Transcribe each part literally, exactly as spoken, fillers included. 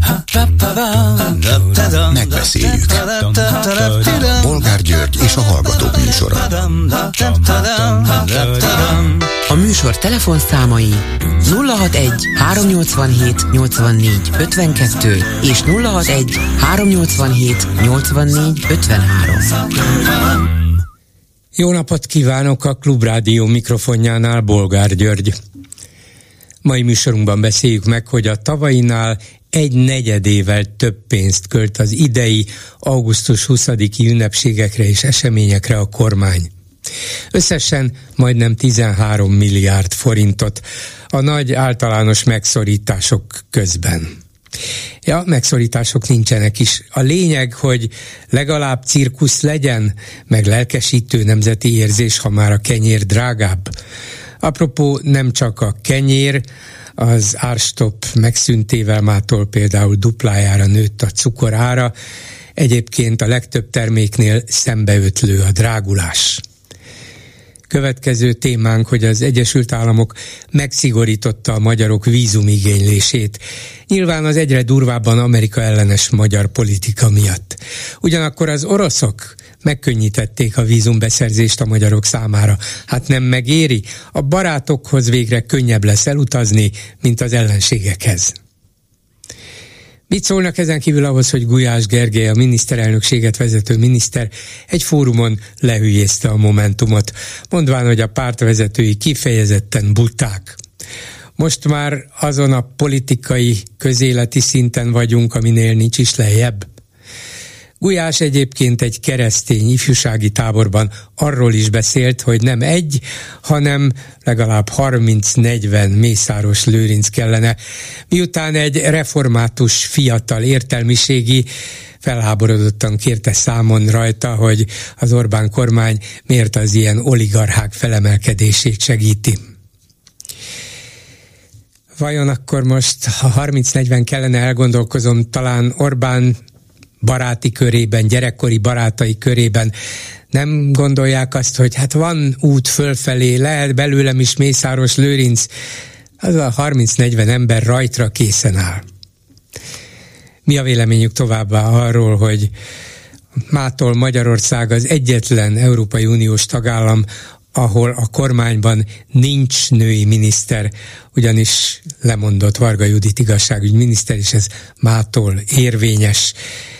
Megbeszéljük. Bolgár György és a Hallgatók műsora. A műsor telefonszámai nulla hatvanegy háromnyolcvanhét nyolcvannégy ötvenkettő és nulla hatvanegy háromnyolcvanhét nyolcvannégy ötvenhárom. Jó napot kívánok, a Klubrádió mikrofonjánál Bolgár György. Mai műsorunkban beszéljük meg, hogy a tavainál egy negyedével több pénzt költ az idei augusztus huszadiki ünnepségekre és eseményekre a kormány. Összesen majdnem tizenhárom milliárd forintot a nagy általános megszorítások közben. Ja, megszorítások nincsenek is. A lényeg, hogy legalább cirkusz legyen, meg lelkesítő nemzeti érzés, ha már a kenyér drágább. Apropó, nem csak a kenyér, az árstopp megszűntével mától például duplájára nőtt a cukor ára, egyébként a legtöbb terméknél szembeötlő a drágulás. Következő témánk, hogy az Egyesült Államok megszigorította a magyarok vízumigénylését. Nyilván az egyre durvábban Amerika ellenes magyar politika miatt. Ugyanakkor az oroszok megkönnyítették a vízumbeszerzést a magyarok számára. Hát nem megéri? A barátokhoz végre könnyebb lesz elutazni, mint az ellenségekhez. Mit szólnak ezen kívül ahhoz, hogy Gulyás Gergely, a miniszterelnökséget vezető miniszter egy fórumon lehülyézte a Momentumot, mondván, hogy a pártvezetői kifejezetten buták. Most már azon a politikai, közéleti szinten vagyunk, aminél nincs is lejjebb. Gulyás egyébként egy keresztény ifjúsági táborban arról is beszélt, hogy nem egy, hanem legalább harminc-negyven Mészáros Lőrinc kellene, miután egy református fiatal értelmiségi felháborodottan kérte számon rajta, hogy az Orbán kormány miért az ilyen oligarchák felemelkedését segíti. Vajon akkor most, ha harminc-negyven kellene, elgondolkozom, talán Orbán baráti körében, gyerekkori barátai körében nem gondolják azt, hogy hát van út fölfelé, lehet belőlem is Mészáros Lőrinc, az a harminc-negyven ember rajtra készen áll. Mi a véleményük továbbá arról, hogy mától Magyarország az egyetlen Európai Uniós tagállam, ahol a kormányban nincs női miniszter, ugyanis lemondott Varga Judit igazságügyminiszter, és ez mától érvényes.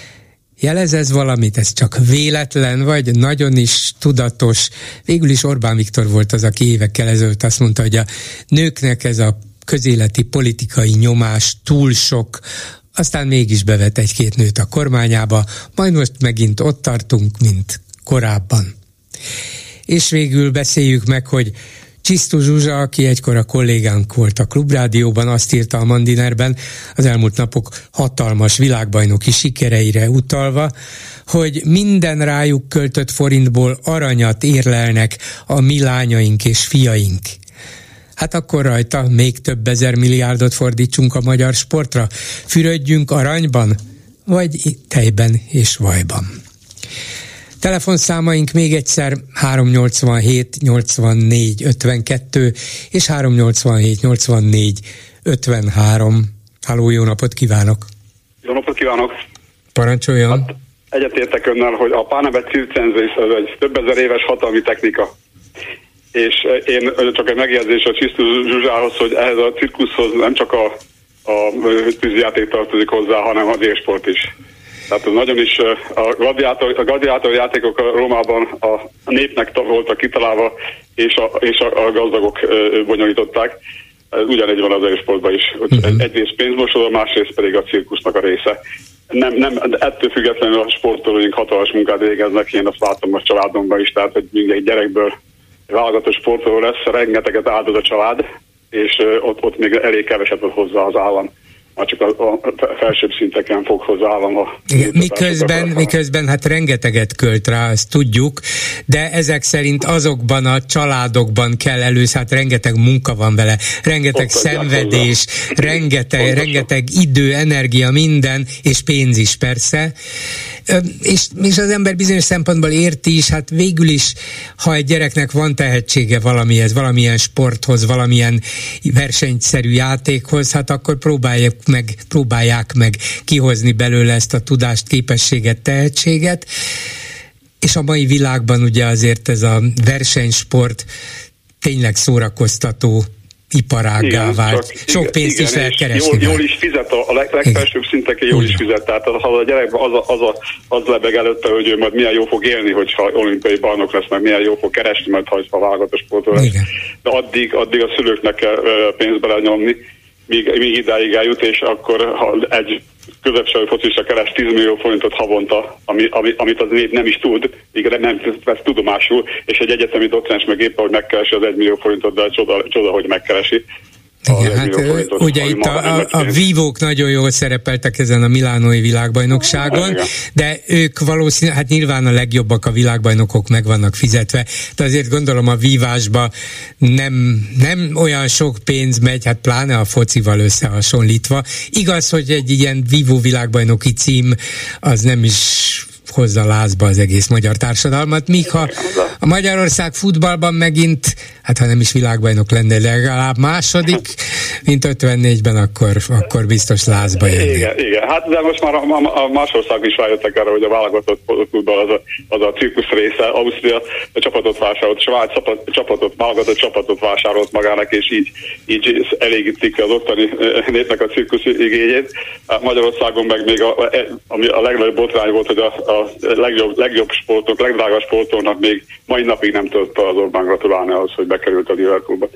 Jelez ez valamit, ez csak véletlen, vagy nagyon is tudatos? Végül is Orbán Viktor volt az, aki évekkel ezelőtt azt mondta, hogy a nőknek ez a közéleti politikai nyomás túl sok, aztán mégis bevet egy-két nőt a kormányába, majd most megint ott tartunk, mint korábban. És végül beszéljük meg, hogy Csisztus Zsuzsa, aki egykor a kollégánk volt a Klubrádióban, azt írta a Mandinerben az elmúlt napok hatalmas világbajnoki sikereire utalva, hogy minden rájuk költött forintból aranyat érlelnek a mi lányaink és fiaink. Hát akkor rajta még több ezer milliárdot fordítsunk a magyar sportra, fürödjünk aranyban, vagy tejben és vajban. Telefonszámaink még egyszer háromnyolcvanhét nyolcvannégy ötvenkettő és háromnyolcvanhét nyolcvannégy ötvenhárom. Halló, jó napot kívánok! Jó napot kívánok! Parancsoljon! Hát egyetértek önnel, hogy a Pánevet circensis az egy több ezer éves hatalmi technika. És én csak egy megjegyzés a Csisztus Zsuzsához, hogy ehhez a cirkuszhoz nem csak a, a tűzjáték tartozik hozzá, hanem az élsport is. Tehát nagyon is a gladiátor, a gladiátor játékok a Rómában a népnek voltak kitalálva, és a, és a, a gazdagok bonyolították. Ugyanegy van az élsportban is. Uh-huh. Egyrészt pénzmosodó, másrészt pedig a cirkusznak a része. Nem, nem, ettől függetlenül a sportolóink hatalmas munkát végeznek, én azt látom a családomban is, tehát hogy mindegy gyerekből válogatott sportoló lesz, rengeteget áldoz a család, és ott, ott még elég keveset ad hozzá az állam. Már csak a, a felsőbb szinteken fog hozzá állam a... Igen, miközben, miközben hát rengeteget költ rá, ezt tudjuk, de ezek szerint azokban a családokban kell először, hát rengeteg munka van vele, rengeteg ott szenvedés, rengeteg, rengeteg idő, energia, minden, és pénz is persze. és, és az ember bizonyos szempontból érti is, hát végül is, ha egy gyereknek van tehetsége valamihez, valamilyen sporthoz, valamilyen versenyszerű játékhoz, hát akkor próbálják meg, próbálják meg kihozni belőle ezt a tudást, képességet, tehetséget, és a mai világban ugye azért ez a versenysport tényleg szórakoztató iparággá vált. Sok igen, pénzt igen, is lehet keresni. Jól, jól is fizet, a leg, legfelsőbb szinteken jól is fizet. Tehát ha a gyerek az, a, az, a, az lebeg előtte, hogy ő majd milyen jó fog élni, hogyha olimpiai bajnok lesz, meg milyen jó fog keresni, majd ha a válogatott sportol lesz. De addig, addig a szülőknek kell pénzt belenyomni, míg, míg idáig eljut, és akkor ha egy középső focista keres tíz millió forintot havonta, ami, ami, amit az nép nem is tud, míg nem vesz tudomásul, és egy egyetemi docens meg éppen, hogy megkeresi az egy millió forintot, de csoda, csoda hogy megkeresi. Igen, hát forintot, ugye itt a, a, a vívók nagyon jól szerepeltek ezen a milánói világbajnokságon, igen. De ők valószínűleg, hát nyilván a legjobbak a világbajnokok meg vannak fizetve, de azért gondolom a vívásba nem, nem olyan sok pénz megy, hát pláne a focival összehasonlítva. Igaz, hogy egy ilyen vívó világbajnoki cím az nem is hozza lázba az egész magyar társadalmat, míg ha a Magyarország futballban megint, hát ha nem is világbajnok lenne, legalább második, mint ötvennégyben, akkor, akkor biztos lázba jönni. Igen, igen, hát de most már a, a, a más ország is rájöttek arra, hogy a válogatott futball az a, az a cirkusz része. Ausztria a csapatot vásárolt, Svájc csapatot, válogatott csapatot vásárolt magának, és így, így elégítik az ottani népnek a cirkusz igényét. Magyarországon meg még a, ami a legnagyobb botrány volt, hogy a, a legjobb, legjobb sportok, legdrágabb sportolnak még mai napig nem tudta az Orbán gratulálni ahhoz, hogy bekerült a Liverpoolba.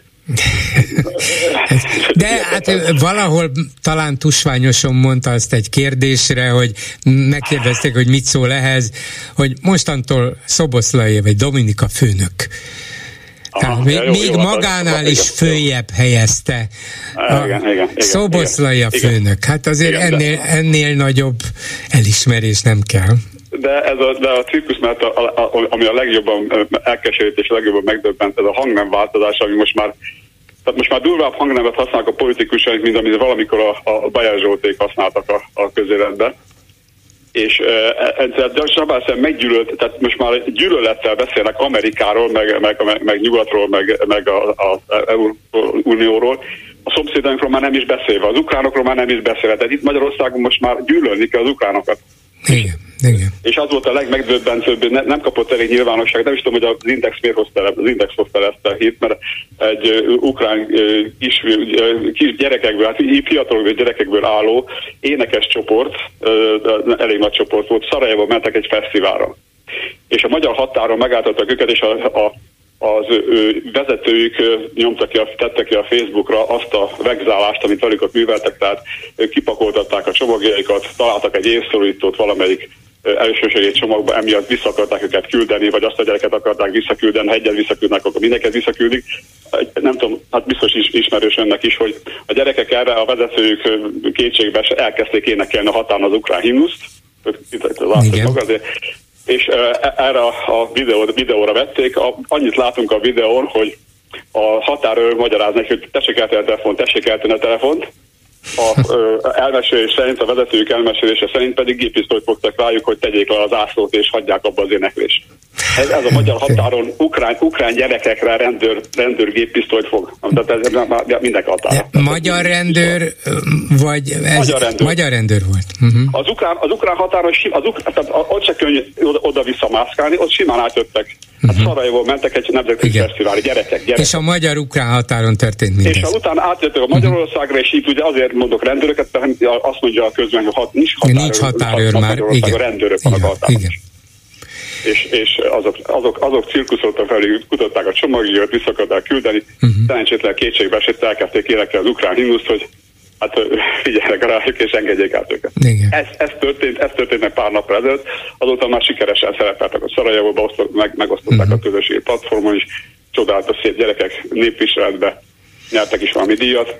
De hát valahol talán tusványosan mondta azt egy kérdésre, hogy megkérdezték, hogy mit szól ehhez, hogy mostantól Szoboszlai vagy Dominika főnök. Aha, még, jó, még jó, magánál is följebb helyezte a igen, igen, Szoboszlai a főnök. Hát azért igen, ennél, ennél nagyobb elismerés nem kell. De ez a, de a cirkusz, mert a, a, a, ami a legjobban elkeserít és a legjobban megdöbbent, ez a hangnemváltozás, ami most már, tehát most már durvább hangnemet használnak a politikusok, mint amit valamikor a, a Bajer Zsolték használtak a, a közéletben. És egyszer Zsabászer meggyűlölt, tehát most már gyűlölettel beszélnek Amerikáról, meg, meg, meg, meg nyugatról, meg, meg az Unióról. A szomszédainkról már nem is beszélve, az ukránokról már nem is beszélve. Tehát itt Magyarországon most már gyűlölni kell az ukránokat. Igen, igen. És az volt a legmegdöbbentőbb, ne, nem kapott elég nyilvánosság, nem is tudom, hogy az Index miért hozta el, az Index hozta el ezt a hírt, mert egy uh, ukrán uh, kis, uh, kis gyerekekből, hát így fiatalok gyerekekből álló énekes csoport, uh, elég nagy csoport volt, Szarajevóba mentek egy fesztiválra. És a magyar határon megálltottak őket, és a, a az ő vezetőjük nyomtak ki, tettek ki a Facebookra azt a vegzálást, amit velük ott műveltek, tehát kipakoltatták a csomagjaikat, találtak egy évszorítót valamelyik elsősegély csomagba, emiatt vissza akarták őket küldeni, vagy azt a gyereket akarták visszaküldeni, ha egyet visszaküldnek, akkor mindenket visszaküldik. Nem tudom, hát biztos is ismerős önnek is, hogy a gyerekek erre a vezetőjük kétségbe elkezdték énekelni a határon az ukrán himnuszt, azért. És uh, erre a, a videó, videóra vették. A, annyit látunk a videón, hogy a határőr magyaráz neki, hogy tessék eltenni a telefont, tessék eltenni a telefont. A uh, elmesélés szerint, a vezetőjük elmesélése szerint pedig géppisztolyt fogtak rájuk, hogy tegyék le az ászlót és hagyják abba az éneklést. Ez, ez a magyar határon ukrán, ukrán gyerekekre rendőr, rendőr géppisztolyt fog. Tehát ez már mindenki határa. Magyar rendőr, vagy ez magyar rendőr, magyar rendőr volt? Uh-huh. Az, ukrán, az ukrán határon, az ukrán, tehát ott se könnyű oda-vissza mászkálni, ott simán átjöttek. Hát uh-huh. Szarajevóból mentek egy nemzetközi fesztiválra, gyerekek, gyerekek. És a magyar-ukrán határon történt mindez. És utána átjöttek a Magyarországra, és itt ugye azért mondok rendőröket, mert azt mondja a közben, hogy hat, nincs határőr, nincs határőr már, igen. A rendőrök igen, vannak a határon. Igen. És, és azok, azok, azok cirkuszoltak felé, kutatták a csomagját, vissza akarták küldeni, uh-huh. szerencsétlen kétségbe esett, elkezdték énekelni az ukrán himnuszt, hogy hát figyeljenek rájuk és engedjék át őket. Ez, ez, történt, ez történt meg pár napra ezelőtt, azóta már sikeresen szerepeltek a Szarajevóba, meg, megosztották uh-huh. a közösségi platformon is, csodálatos szép gyerekek népviseletbe nyertek is valami díjat,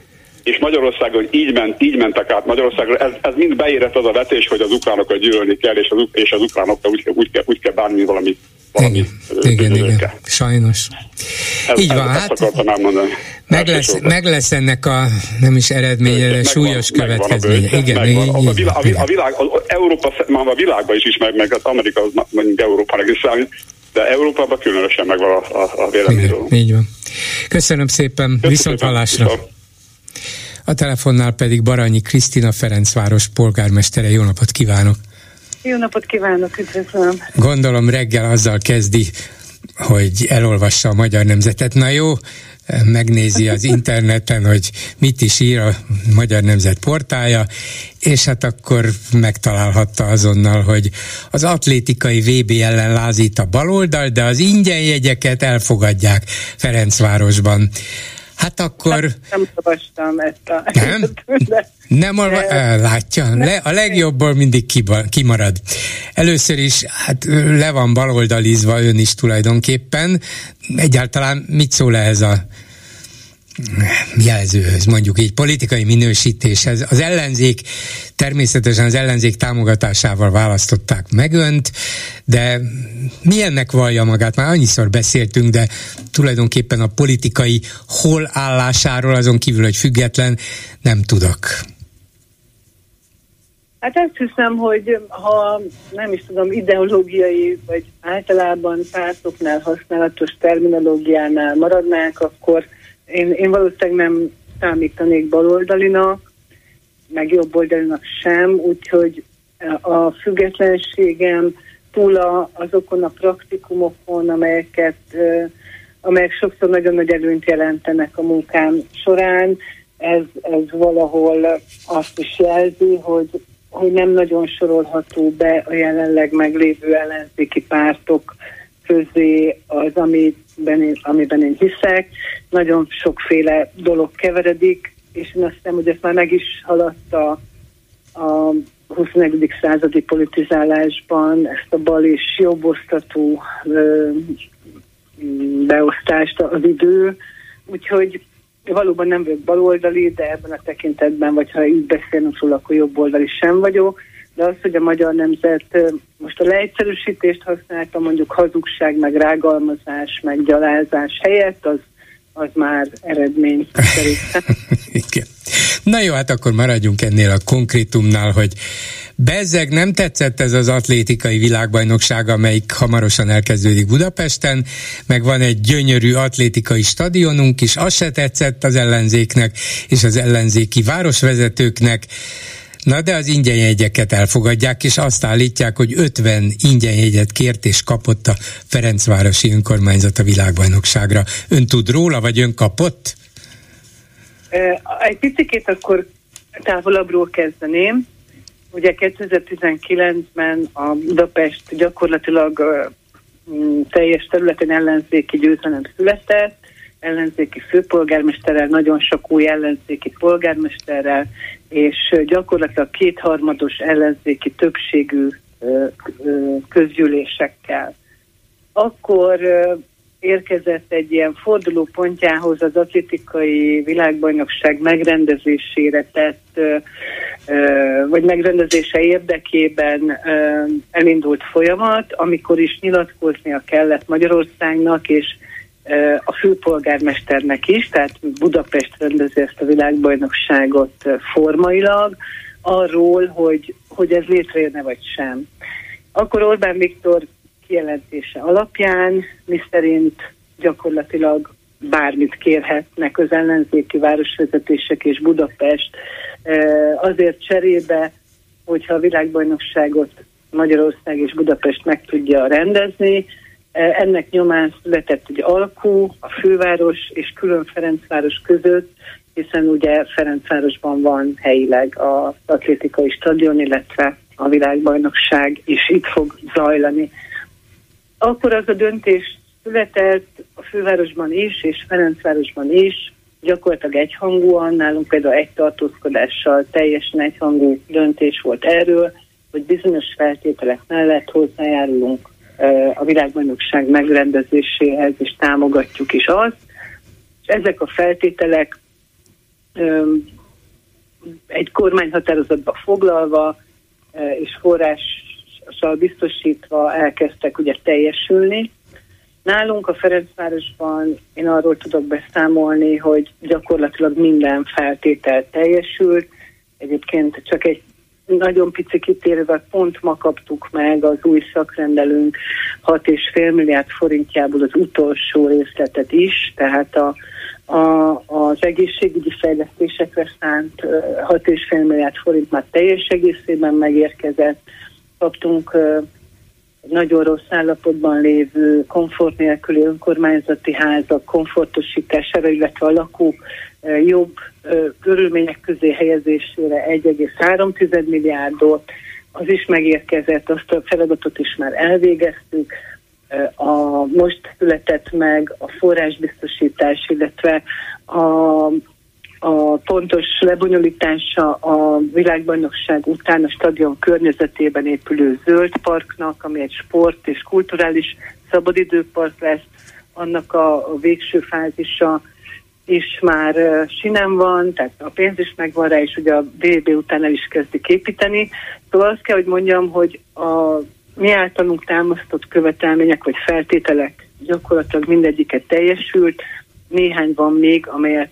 és Magyarországon így, ment, így mentek át Magyarországra. Ez, ez mind beérett az a vetés, hogy az ukránokat gyűlölni kell, és az, és az ukránokkal úgy, úgy, kell, úgy kell bánni valami, valami igen, igen, igen, sajnos. Ez, így van, ez, hát meg lesz, meg lesz ennek a nem is eredménye, de súlyos következménye. Igen, igen, a, a, világ, a, világ, az Európa, már a világban is ismer meg, az Amerika az mondjuk Európának is számít, de Európában különösen megvan a, a, a véleményről. Így van. Köszönöm szépen, viszont hallásra. A telefonnál pedig Baranyi Krisztina, Ferencváros polgármestere. Jó napot kívánok! Jó napot kívánok, üdvözlöm! Gondolom reggel azzal kezdi, hogy elolvassa a Magyar Nemzetet. Na jó, megnézi az interneten, hogy mit is ír a Magyar Nemzet portálja, és hát akkor megtalálhatta azonnal, hogy az atlétikai vé bé ellen lázít a baloldal, de az ingyenjegyeket elfogadják Ferencvárosban. Hát akkor... Nem olvastam ezt a... Nem? Nem olva... de... Látja, le, a legjobbból mindig kiba, kimarad. Először is hát le van baloldalizva ön is tulajdonképpen. Egyáltalán mit szól ehhez a jelzőhöz, mondjuk így politikai minősítéshez? Az ellenzék, természetesen az ellenzék támogatásával választották meg önt, de milyennek vallja magát? Már annyiszor beszéltünk, de tulajdonképpen a politikai hol állásáról, azon kívül, hogy független, nem tudok. Hát azt hiszem, hogy ha nem is tudom, ideológiai, vagy általában pártoknál használatos terminológiánál maradnák, akkor én, én valószínűleg nem számítanék baloldalinak, meg jobboldalinak sem, úgyhogy a függetlenségem túl a, azokon a praktikumokon, amelyeket, amelyek sokszor nagyon nagy előnyt jelentenek a munkám során, ez, ez valahol azt is jelzi, hogy, hogy nem nagyon sorolható be a jelenleg meglévő ellenzéki pártok közé az, amiben én, amiben én hiszek. Nagyon sokféle dolog keveredik, és én azt hiszem, hogy ezt már meg is haladta a huszonegyedik századi politizálásban ezt a bal és jobbosztatú ö, beosztást az idő. Úgyhogy valóban nem vagyok baloldali, de ebben a tekintetben, vagy ha így beszélünk róla, akkor jobboldali sem vagyok. De az, hogy a Magyar Nemzet most a leegyszerűsítést használta, mondjuk hazugság, meg rágalmazás, meg gyalázás helyett, az, az már eredmény szerintem. Igen. Na jó, hát akkor maradjunk ennél a konkrétumnál, hogy bezzeg nem tetszett ez az atlétikai világbajnokság, amelyik hamarosan elkezdődik Budapesten, meg van egy gyönyörű atlétikai stadionunk is, az se tetszett az ellenzéknek és az ellenzéki városvezetőknek. Na de az ingyenjegyeket elfogadják, és azt állítják, hogy ötven ingyenjegyet kért és kapott a Ferencvárosi Önkormányzat a világbajnokságra. Ön tud róla, vagy ön kapott? Egy picikét akkor távolabbról kezdeném. Ugye kétezer-tizenkilencben a Budapest gyakorlatilag uh, teljes területen ellenzéki győzelem született, ellenzéki főpolgármesterrel, nagyon sok új ellenzéki polgármesterrel, és gyakorlatilag kétharmados ellenzéki többségű uh, uh, közgyűlésekkel. Akkor uh, érkezett egy ilyen fordulópontjához az atlétikai világbajnokság megrendezésére tett, vagy megrendezése érdekében elindult folyamat, amikor is nyilatkoznia kellett Magyarországnak és a főpolgármesternek is, tehát Budapest rendezi ezt a világbajnokságot formailag, arról, hogy, hogy ez létrejönne vagy sem. Akkor Orbán Viktor kijelentése alapján, miszerint gyakorlatilag bármit kérhetnek az ellenzéki városvezetések és Budapest azért cserébe, hogyha a világbajnokságot Magyarország és Budapest meg tudja rendezni. Ennek nyomán született egy alkú a főváros és külön Ferencváros között, hiszen ugye Ferencvárosban van helyileg az atlétikai stadion, illetve a világbajnokság is itt fog zajlani. Akkor az a döntés született a fővárosban is, és Ferencvárosban is, gyakorlatilag egyhangúan, nálunk például egy tartózkodással teljesen egyhangú döntés volt erről, hogy bizonyos feltételek mellett hozzájárulunk a világbajnokság megrendezéséhez, és támogatjuk is azt. És ezek a feltételek egy kormányhatározatba foglalva és forrással biztosítva elkezdtek ugye teljesülni. Nálunk a Ferencvárosban én arról tudok beszámolni, hogy gyakorlatilag minden feltétel teljesült. Egyébként csak egy nagyon pici kitérővel pont ma kaptuk meg az új szakrendelőnk hat egész öt milliárd forintjából az utolsó részletet is, tehát a, a, az egészségügyi fejlesztésekre szánt hat egész öt milliárd forint már teljes egészében megérkezett. Kaptunk nagyon rossz állapotban lévő, komfort nélküli önkormányzati házak komfortosítására, illetve a lakók jobb körülmények közé helyezésére egy egész három milliárdot, az is megérkezett, azt a feladatot is már elvégeztük. A, most született meg a forrásbiztosítás, illetve a, a pontos lebonyolítása a világbajnokság után a stadion környezetében épülő zöld parknak, ami egy sport és kulturális szabadidőpark lesz, annak a, a végső fázisa is már uh, sinem van, tehát a pénz is megvan rá, és ugye a bé bé után el is kezdik építeni. Szóval azt kell, hogy mondjam, hogy a mi általunk támasztott követelmények vagy feltételek gyakorlatilag mindegyiket teljesült, néhány van még, amelyet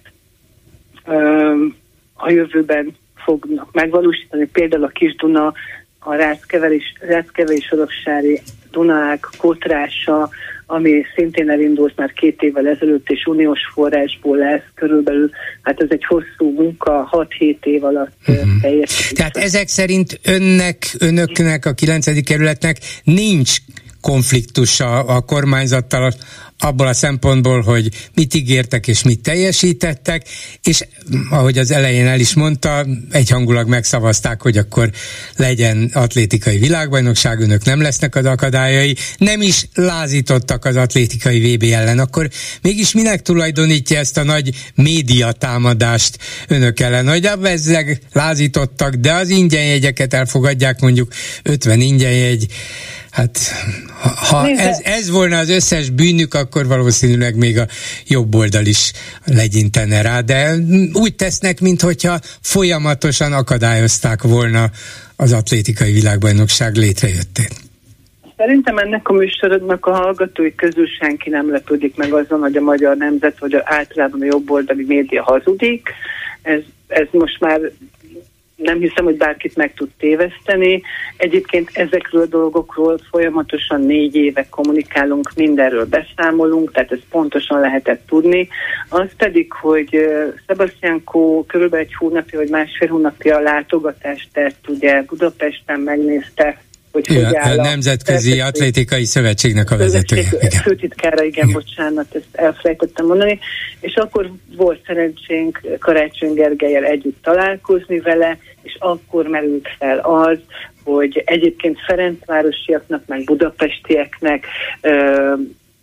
um, a jövőben fognak megvalósítani, például a Kis-Duna, a Ráckeve és Soroksári Dunaák kotrása, ami szintén elindult már két évvel ezelőtt, és uniós forrásból lesz körülbelül, hát ez egy hosszú munka, hat-hét év alatt uh-huh. teljesít. Tehát ezek szerint önnek, önöknek, a kilencedik kerületnek nincs konfliktusa a kormányzattal abból a szempontból, hogy mit ígértek és mit teljesítettek, és ahogy az elején el is mondta, egyhangulag megszavazták, hogy akkor legyen atlétikai világbajnokság, önök nem lesznek az akadályai, nem is lázítottak az atlétikai vé bé ellen, akkor mégis minek tulajdonítja ezt a nagy médiatámadást önök ellen, hogy ezzel lázítottak, de az ingyenjegyeket elfogadják, mondjuk ötven ingyenjegy. Hát, ha, ha ez, ez volna az összes bűnük, akkor valószínűleg még a jobb oldal is legyintene rá, de úgy tesznek, minthogyha folyamatosan akadályozták volna az atlétikai világbajnokság létrejöttét. Szerintem ennek a műsorodnak a hallgatói közül senki nem lepődik meg azon, hogy a magyar nemzet, vagy általában a jobboldali média hazudik. Ez, ez most már nem hiszem, hogy bárkit meg tud téveszteni. Egyébként ezekről a dolgokról folyamatosan négy éve kommunikálunk, mindenről beszámolunk, tehát ezt pontosan lehetett tudni. Az pedig, hogy Sebastian Coe körülbelül egy hónapja, vagy másfél hónapja látogatást tett, ugye Budapesten megnézte, hogy ja, hogy áll a Nemzetközi a Atlétikai Szövetségnek a vezetője. Igen. Főtitkára, igen, igen, bocsánat, ezt elfelejtettem mondani. És akkor volt szerencsénk Karácsony Gergellyel együtt találkozni vele, és akkor merült fel az, hogy egyébként ferencvárosiaknak, meg budapestieknek ö,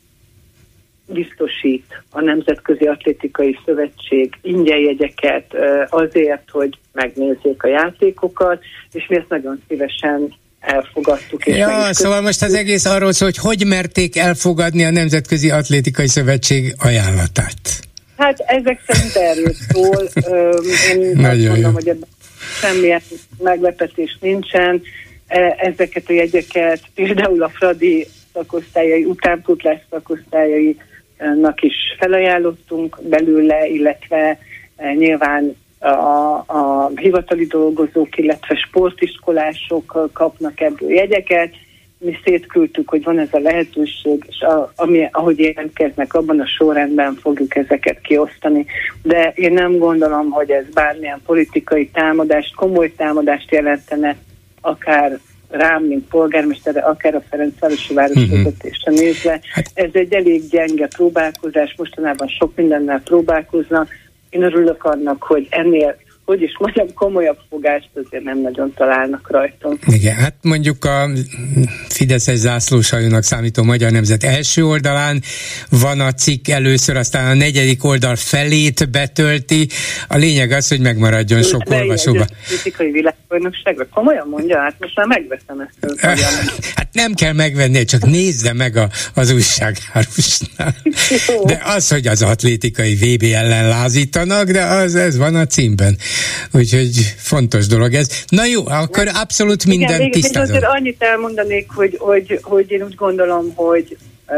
biztosít a Nemzetközi Atlétikai Szövetség ingyenjegyeket ö, azért, hogy megnézzék a játékokat, és mi ezt nagyon szívesen elfogadtuk. És ja, szóval most az egész arról szól, hogy hogy merték elfogadni a Nemzetközi Atlétikai Szövetség ajánlatát. Hát ezek szerint erről szól. Én azt mondom, jó. hogy ebben semmilyen meglepetés nincsen. Ezeket a jegyeket például a Fradi szakosztályai, utánpótlás szakosztályainak is felajánlottunk belőle, illetve nyilván A, a hivatali dolgozók, illetve sportiskolások kapnak ebből jegyeket. Mi szétküldtük, hogy van ez a lehetőség, és a, ami, ahogy jelentkeznek, abban a sorrendben fogjuk ezeket kiosztani. De én nem gondolom, hogy ez bármilyen politikai támadást, komoly támadást jelentene, akár rám, mint polgármesterre, akár a Ferencvárosi Városvezetésre uh-huh. nézve. Ez egy elég gyenge próbálkozás, mostanában sok mindennel próbálkoznak. Én örülök annak, hogy ennél, hogy is mondjam, komolyabb fogást azért nem nagyon találnak rajtunk. Igen, hát mondjuk a fideszes zászlóshajónak számító Magyar Nemzet első oldalán van a cikk először, aztán a negyedik oldal felét betölti. A lényeg az, hogy megmaradjon sok olvasóba. A kritikai világ világbajnokságra? Komolyan mondja, hát most már megveszem ezt. Hát nem kell megvenni, csak nézze meg a, az újságárusnál. De az, hogy az atlétikai vé bé ellen lázítanak, de az, ez van a címben. Úgyhogy fontos dolog ez. Na jó, akkor abszolút minden tisztázom. Azért annyit elmondanék, hogy, hogy, hogy én úgy gondolom, hogy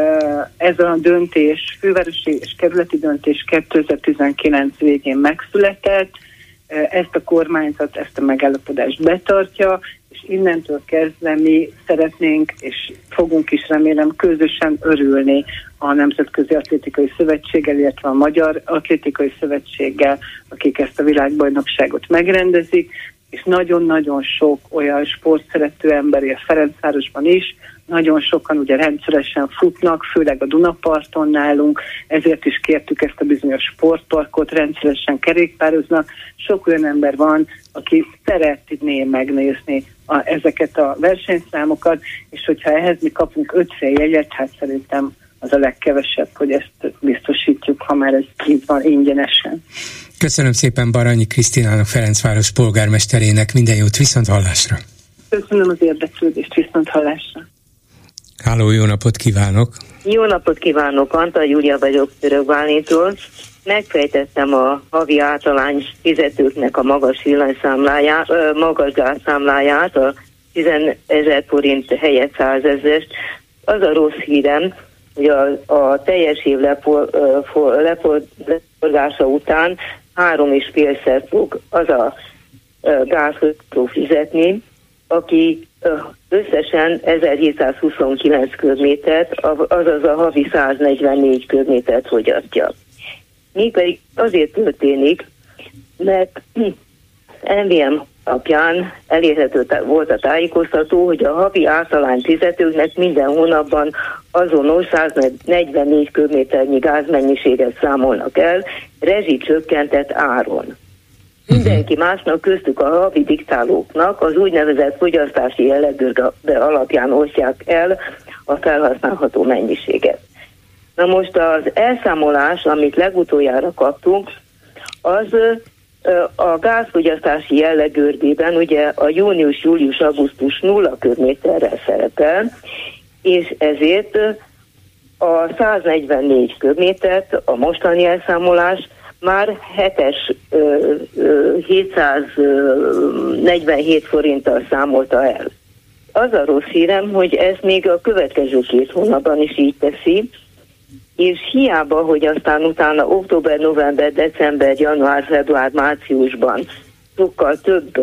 ez a döntés, fővárosi és kerületi döntés kétezer-tizenkilenc végén megszületett, ezt a kormányzat, ezt a megállapodást betartja, és innentől kezdve mi szeretnénk, és fogunk is remélem közösen örülni a Nemzetközi Atlétikai Szövetséggel, illetve a Magyar Atlétikai Szövetséggel, akik ezt a világbajnokságot megrendezik, és nagyon-nagyon sok olyan sportszerető ember él Ferencvárosban is, nagyon sokan ugye rendszeresen futnak, főleg a Dunaparton nálunk, ezért is kértük ezt a bizonyos sportparkot, rendszeresen kerékpároznak. Sok olyan ember van, aki szeretné megnézni a, ezeket a versenyszámokat, és hogyha ehhez mi kapunk öt jegyet, hát szerintem az a legkevesebb, hogy ezt biztosítjuk, ha már ez így van ingyenesen. Köszönöm szépen Baranyi Krisztinának, Ferencváros polgármesterének, minden jót, viszont hallásra! Köszönöm az érdeklődést, viszont hallásra! Háló, jó napot kívánok! Jó napot kívánok, Antal Júlia vagyok Török Bálintól. Megfejtettem a havi általány fizetőknek a magas villanyszámláját, magas gázszámláját, a tízezer forint helyett százezres. Az a rossz hírem, hogy a, a teljes év lepor, for, lepor, leforgása után három és félszer fog az a gázhőtől fizetni, aki összesen ezerhétszázhuszonkilenc köbmétert, azaz a havi száznegyvennégy köbmétert fogyasztja. Mi pedig azért történik, mert em vé em alapján elérhető volt a tájékoztató, hogy a havi általány fizetőknek minden hónapban azonos száznegyvennégy köbméternyi gázmennyiséget számolnak el, rezsicsökkentett áron. Mindenki másnak, köztük a havi diktálóknak az úgynevezett fogyasztási jellegű alapján osztják el a felhasználható mennyiséget. Na most az elszámolás, amit legutoljára kaptunk, az a gázfogyasztási jellegőrdében ugye a június, július, augusztus nulla köbméterrel szerepel, és ezért a száznegyvennégy köbmétert a mostani elszámolás már hetes hétszáznegyvenhét forinttal számolta el. Az a rossz hírem, hogy ezt még a következő két hónapban is így teszi, és hiába, hogy aztán utána október, november, december, január, február, márciusban sokkal több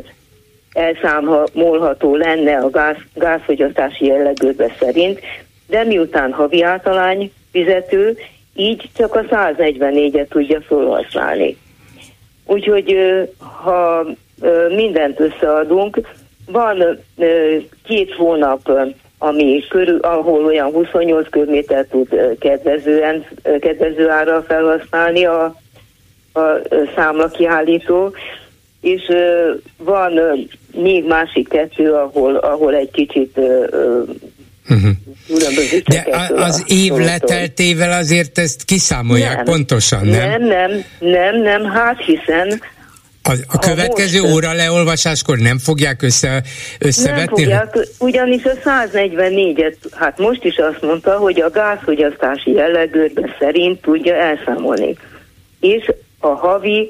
elszámolható lenne a gáz, gázfogyasztási jellegőbe szerint, de miután havi általány fizető, így csak a száznegyvennégyet tudja felhasználni. Úgyhogy ha mindent összeadunk, van két hónap, ami körül, ahol olyan huszonnyolc köbméter tud kedvezően, kedvező árral felhasználni a, a számlakiállító, és van még másik kettő, ahol, ahol egy kicsit Uh-huh. De az év leteltével azért ezt kiszámolják nem, pontosan, nem? Nem, nem, nem, nem, hát hiszen a, a következő most, óra leolvasáskor nem fogják össze, összevetni? Nem fogják, ugyanis a száznegyvennégyet, hát most is azt mondta, hogy a gázfogyasztási jellegőrbe szerint tudja elszámolni. És a havi,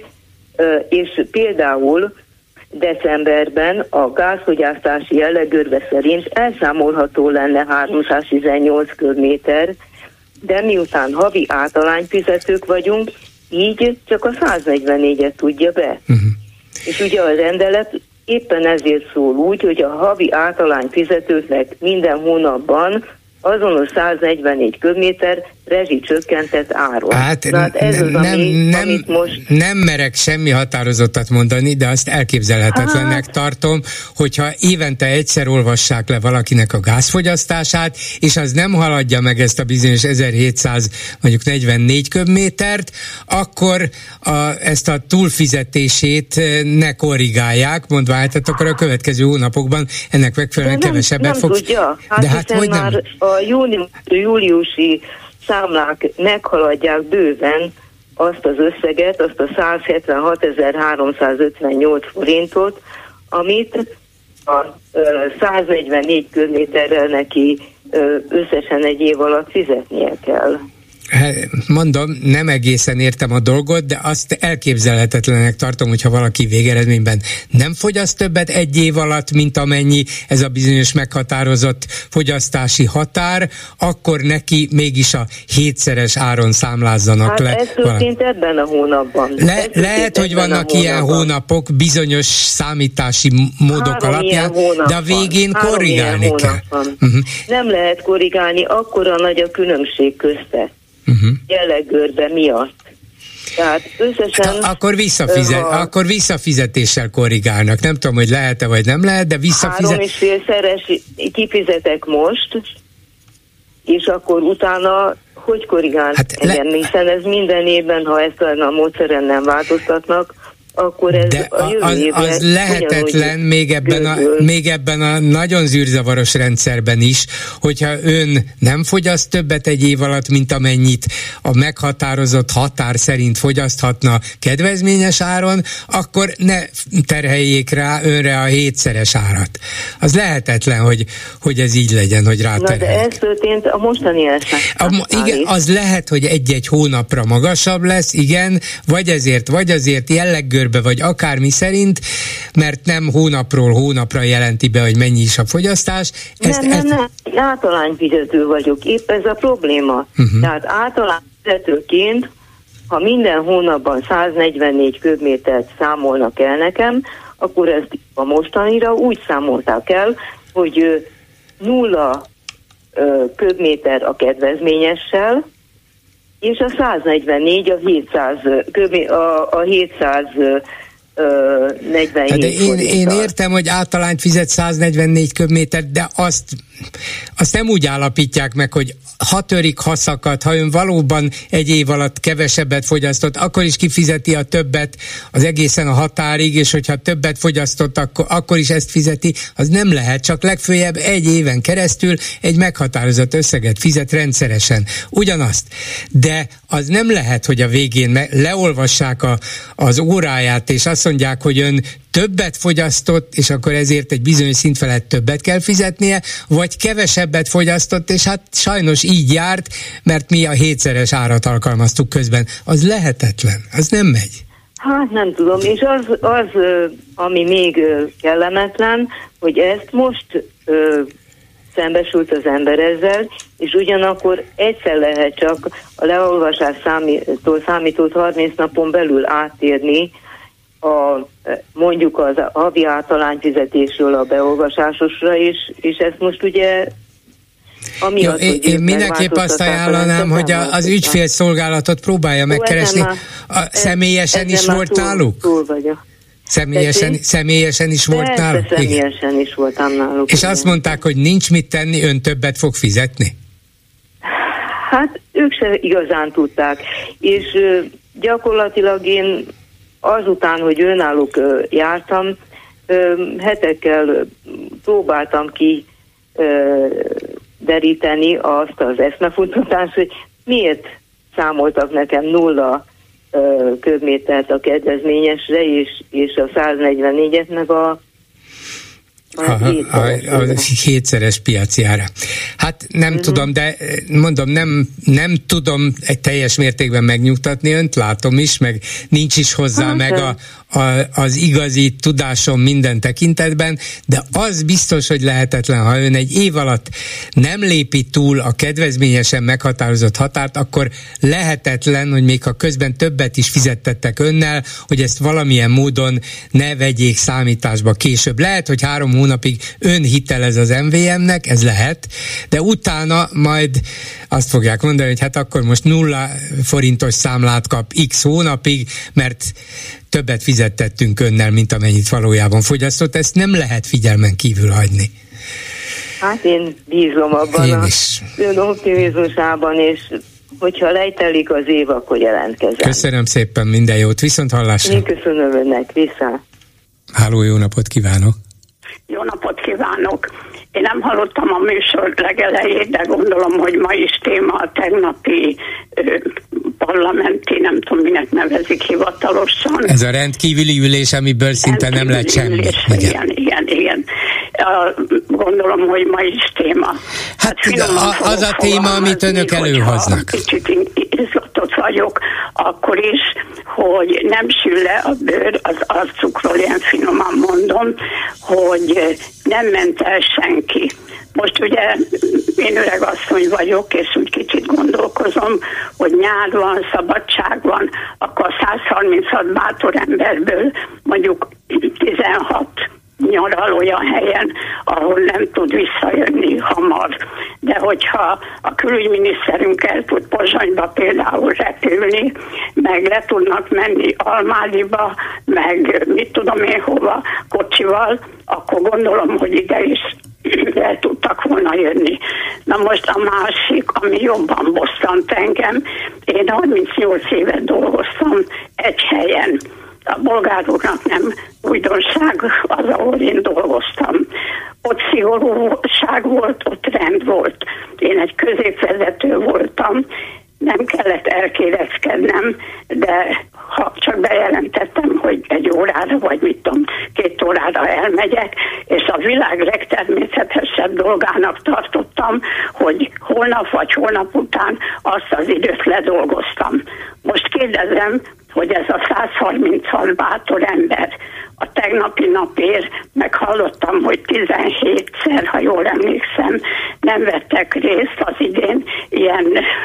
és például decemberben a gázfogyasztási jellegőrbe szerint elszámolható lenne háromszáztizennyolc köbméter, de miután havi általányfizetők vagyunk, így csak a száznegyvennégyet tudja be. Uh-huh. És ugye a rendelet éppen ezért szól úgy, hogy a havi általányfizetőknek minden hónapban azonos száznegyvennégy köbméter rezsicsökkentett áron. Hát, hát ez az, nem, ami, nem, amit most... nem merek semmi határozottat mondani, de azt elképzelhetetlennek hát. tartom, hogyha évente egyszer olvassák le valakinek a gázfogyasztását, és az nem haladja meg ezt a bizonyos ezerhétszáz mondjuk negyvennégy köbmétert, akkor a, ezt a túlfizetését ne korrigálják, mondva, hát akkor a következő hónapokban ennek megfelelően nem, kevesebbet nem fog... Tudja. Hát de hát hogy már nem? A június, júliusi számlák meghaladják bőven azt az összeget, azt a százhetvenhatezer-háromszázötvennyolc forintot, amit a száznegyvennégy köbméterrel neki összesen egy év alatt fizetnie kell. Mondom, nem egészen értem a dolgot, de azt elképzelhetetlenek tartom, hogyha valaki végeredményben nem fogyaszt többet egy év alatt, mint amennyi ez a bizonyos meghatározott fogyasztási határ, akkor neki mégis a hétszeres áron számlázzanak hát le. Hát ez történt ebben a hónapban. Le, lehet, hogy vannak ilyen hónapok bizonyos számítási módok Három alapján, de a végén Három korrigálni kell. Uh-huh. Nem lehet korrigálni, akkora nagy a különbség közte. Uh-huh. Jelleggörbe miatt. Tehát összesen... Hát, akkor, visszafizet, ha, akkor visszafizetéssel korrigálnak. Nem tudom, hogy lehet-e vagy nem lehet, de visszafizet... Három és félszeres kifizetek most, és akkor utána hogy korrigálnak hát engem? Le... Hiszen ez minden évben, ha ezt a módszeren nem változtatnak, akkor ez de a jövő az, évre az lehetetlen még ebben, a, még ebben a nagyon zűrzavaros rendszerben is, hogyha ön nem fogyaszt többet egy év alatt, mint amennyit a meghatározott határ szerint fogyaszthatna kedvezményes áron, akkor ne terheljék rá önre a hétszeres árat. Az lehetetlen, hogy, hogy ez így legyen, hogy ráterheljék. Na de ez történt a mostani esetben. Igen, az lehet, hogy egy-egy hónapra magasabb lesz, igen, vagy ezért, vagy azért jelleggör vagy akármi szerint, mert nem hónapról hónapra jelenti be, hogy mennyi is a fogyasztás. Ezt, nem, nem, nem, általányfizető vagyok, épp ez a probléma. Uh-huh. Tehát általányfizetőként, ha minden hónapban száznegyvennégy köbmétert számolnak el nekem, akkor ezt a mostanira úgy számolták el, hogy nulla köbméter a kedvezményessel, és a száznegyvennégy a hétszáz, a, a hétszáznegyvenhét hát de én, én értem, hogy általányt fizet száznegyvennégy köbmétert, de azt, azt nem úgy állapítják meg, hogy ha törik, ha szakad, ha ön valóban egy év alatt kevesebbet fogyasztott, akkor is kifizeti a többet az egészen a határig, és hogyha többet fogyasztott, akkor, akkor is ezt fizeti, az nem lehet, csak legfőjebb egy éven keresztül egy meghatározott összeget fizet rendszeresen. Ugyanazt. De az nem lehet, hogy a végén me- leolvassák a, az óráját, és azt mondják, hogy ön többet fogyasztott, és akkor ezért egy bizonyos szint felett többet kell fizetnie, vagy kevesebbet fogyasztott, és hát sajnos így járt, mert mi a hétszeres árat alkalmaztuk közben. Az lehetetlen, az nem megy. Hát nem tudom, és az, az ami még kellemetlen, hogy ezt most ö, szembesült az ember ezzel, és ugyanakkor egyszer lehet csak a leolvasás számítól számított harminc napon belül áttérni a, mondjuk az havi általányfizetésről a beolvasásosra is, és ezt most ugye amiatt, Jó, én, én mindenképp azt ajánlanám, hogy a, az ügyfélszolgálatot próbálja megkeresni. Már, a, személyesen is volt túl, náluk? Túl vagyok. Személyesen, személyesen is volt Persze, náluk? személyesen Igen. is voltam náluk. És igen. azt mondták, hogy nincs mit tenni, ön többet fog fizetni? Hát ők se igazán tudták. És gyakorlatilag én azután, hogy önállók jártam, hetekkel próbáltam ki deríteni azt az eszmefuttatást, hogy miért számoltak nekem nulla köbmétert a kedvezményesre, és, és a száznegyvennégyet meg a Aha, a, a, a hétszeres piaci ára. Hát nem uh-huh. tudom, de mondom, nem, nem tudom egy teljes mértékben megnyugtatni önt, látom is, meg nincs is hozzá hát, meg a, a, az igazi tudásom minden tekintetben, de az biztos, hogy lehetetlen, ha ön egy év alatt nem lépi túl a kedvezményesen meghatározott határt, akkor lehetetlen, hogy még ha közben többet is fizettettek önnel, hogy ezt valamilyen módon ne vegyék számításba később. Lehet, hogy három hónapig ön hitelez az em vé em-nek, ez lehet, de utána majd azt fogják mondani, hogy hát akkor most nulla forintos számlát kap x hónapig, mert többet fizettettünk önnel, mint amennyit valójában fogyasztott. Ezt nem lehet figyelmen kívül hagyni. Hát én bízom abban én is. A ön optimizmusában, és hogyha lejtelik az év, akkor jelentkezem. Köszönöm szépen, minden jót, viszont hallásra. Én köszönöm önnek, vissza. Háló, jó napot kívánok! Jó napot kívánok! Én nem hallottam a műsor legelejét, de gondolom, hogy ma is téma a tegnapi ö, parlamenti, nem tudom, minek nevezik hivatalosan. Ez a rendkívüli ülés, amiből szinte nem lett semmi. Ülés, igen, igen, igen. igen. A, gondolom, hogy ma is téma. Hát, hát a, az a téma, amit önök előhoznak. Kicsit izgatott vagyok, akkor is, hogy nem sül le a bőr az arcukról, ilyen finoman mondom, hogy nem ment el senki. Most ugye én öreg asszony vagyok, és úgy kicsit gondolkozom, hogy nyár van, szabadság van, akkor százharminchat bátor emberből mondjuk tizenhat nyaral olyan helyen, ahol nem tud visszajönni hamar. De hogyha a külügyminiszterünk el tud Pozsonyba például repülni, meg le tudnak menni Almádiba, meg mit tudom én hova kocsival, akkor gondolom, hogy ide is el tudtak volna jönni. Na most a másik, ami jobban bosszant engem, én harmincnyolc évet dolgoztam egy helyen. A bolgár úrnak nem újdonság az, ahol én dolgoztam. Ott szigorúság volt, ott rend volt. Én egy középvezető voltam, nem kellett elkéreckednem, de ha csak bejelentettem, hogy egy órára, vagy mit tudom, két órára elmegyek, és a világ legtermészetesebb dolgának tartottam, hogy holnap vagy holnap után azt az időt ledolgoztam. Most kérdezem, hogy ez a százharminchat bátor ember a tegnapi napért, meg hallottam, hogy tizenhétszer, ha jól emlékszem, nem vettek részt az idén ilyen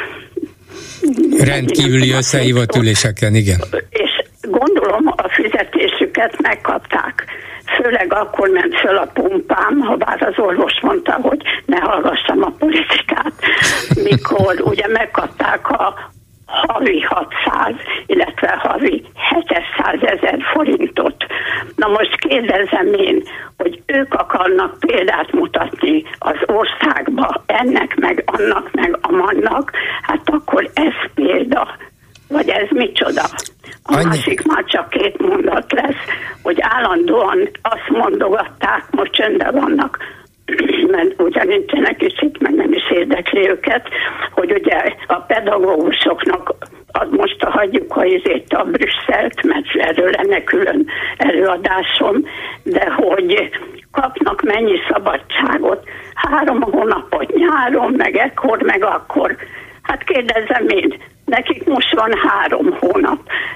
rendkívüli összehívott üléseken, igen. És gondolom a fizetésüket megkapták. Főleg akkor ment föl a pumpám, ha bár az orvos mondta, hogy ne hallgassam a politikát, mikor ugye megkapták a havi hatszáz, illetve havi hétszázezer forintot. Na most kérdezem én, hogy ők akarnak példát mutatni az országba, ennek meg annak meg amannak, hát akkor ez példa, vagy ez micsoda? A Annyi. Másik már csak két mondat lesz, hogy állandóan azt mondogatták, most csöndben vannak, mert ugyan nincsenek is itt, meg nem is érdekli őket, hogy ugye a pedagógusoknak most hagyjuk a izét a Brüsszelt, mert erről lenne külön előadásom, de hogy kapnak mennyi szabadságot, három hónapot nyáron, meg ekkor, meg akkor. Hát kérdezem én, nekik most van három hónap.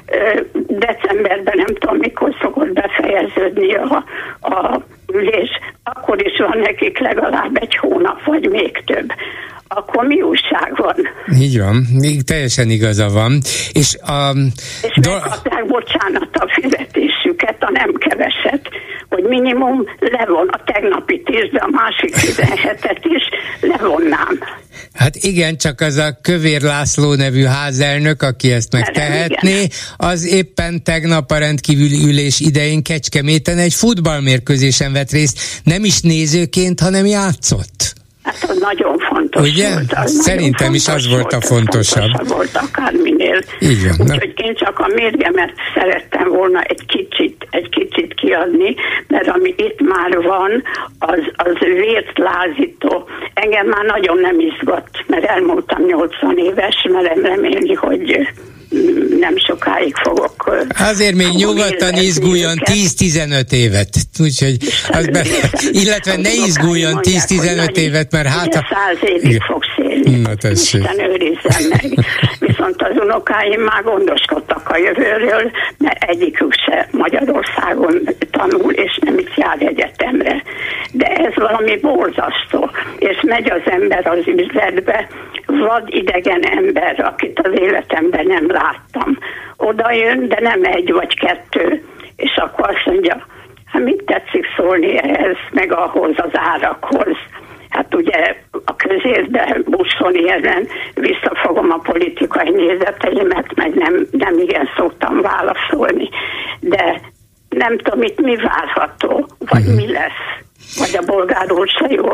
Decemberben nem tudom, mikor szokott befejeződni a, a ülés, akkor is van nekik legalább egy hónap, vagy még több. Akkor mi újság van? Így van, még teljesen igaza van. És, a, és do... megkapták, bocsánat, a fizetésüket, a nem keveset, hogy minimum levon a tegnapi tíz, de a másik tizenhetet is levonnám. Hát igen, csak az a Kövér László nevű házelnök, aki ezt megtehetné, az éppen tegnap a rendkívüli ülés idején Kecskeméten egy futballmérkőzésen vett részt, nem is nézőként, hanem játszott. Hát az nagyon fontos ugye? volt. Az szerintem is az volt a fontosabb. Fontosabb volt akárminél. Úgyhogy én csak a mérgemet szerettem volna egy kicsit, egy kicsit kiadni, mert ami itt már van, az, az vért lázító. Engem már nagyon nem izgat, mert elmúltam nyolcvan éves, merem remélni, hogy nem sokáig fogok... Azért még nyugodtan izguljon tíz-tizenöt évet. Úgyhogy az be, illetve ne izguljon tíz-tizenöt évet, mert hát... A... száz évig fogsz élni. Na tessék. Isten őrizzen meg. Viszont az unokáim már gondoskodtak a jövőről, mert egyikük se Magyarországon tanul, és nem is jár egyetemre. De ez valami borzasztó. És megy az ember az üzletbe, vad idegen ember, akit az életemben nem láttam. Oda jön, de nem egy vagy kettő, és akkor azt mondja, hát mit tetszik szólni ehhez, meg ahhoz az árakhoz. Hát ugye a közérbe buszolni ezen visszafogom a politikai nézeteimet, meg nem, nem igen szoktam válaszolni. De nem tudom, itt mi várható, vagy uh-huh. mi lesz. Vagy a bolgár úr se jós.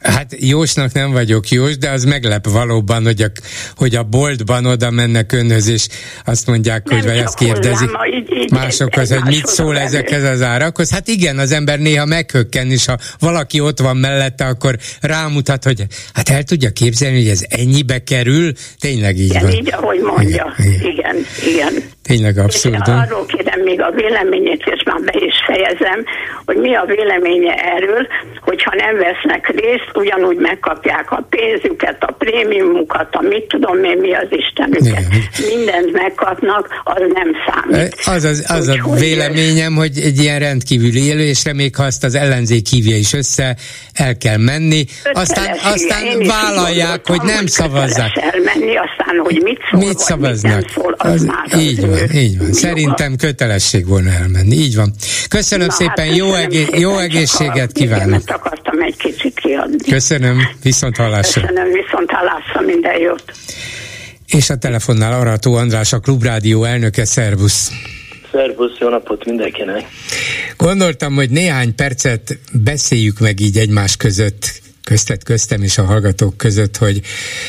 Hát jósnak nem vagyok jós, de az meglep valóban, hogy a, hogy a boltban oda mennek önhöz, és azt mondják, nem hogy vagy azt kérdezik hozzám, így, így, másokhoz, hogy mit szól ezekhez az árakhoz. Hát igen, az ember néha meghökken, és ha valaki ott van mellette, akkor rámutat, hogy hát el tudja képzelni, hogy ez ennyibe kerül. Tényleg így igen, van. így, ahogy mondja. Igen, igen. igen. Tényleg abszurdum. Arról kérem még a véleményét, és már be is fejezem, hogy mi a véleménye erről, hogyha nem vesznek részt, ugyanúgy megkapják a pénzüket, a prémiumukat, a mit tudom én, mi az Istenüket. Igen. Mindent megkapnak, az nem számít. Az, az, az úgy, a véleményem, hogy egy ilyen rendkívüli élésre, még ha azt az ellenzék hívja is össze, el kell menni, aztán, aztán vállalják, hogy nem szavazzák. Elmenni, aztán, hogy mit szól, mit szavaznak. Mit szól, az az, már így van, ő. így van. Szerintem joga. Kötelesség volna elmenni. Így van. Köszönöm Na, szépen, hát jó, egész, szépen, jó egészséget kívánok. Igen, akartam egy kicsit kiadni. Köszönöm, viszont hallásra. Köszönöm, viszont hallásra, minden jót. És a telefonnál Arató András, a Klubrádió elnöke, szervusz. Szervusz, jó napot mindenkinek. Gondoltam, hogy néhány percet beszéljük meg így egymás között, köztet köztem és a hallgatók között, hogy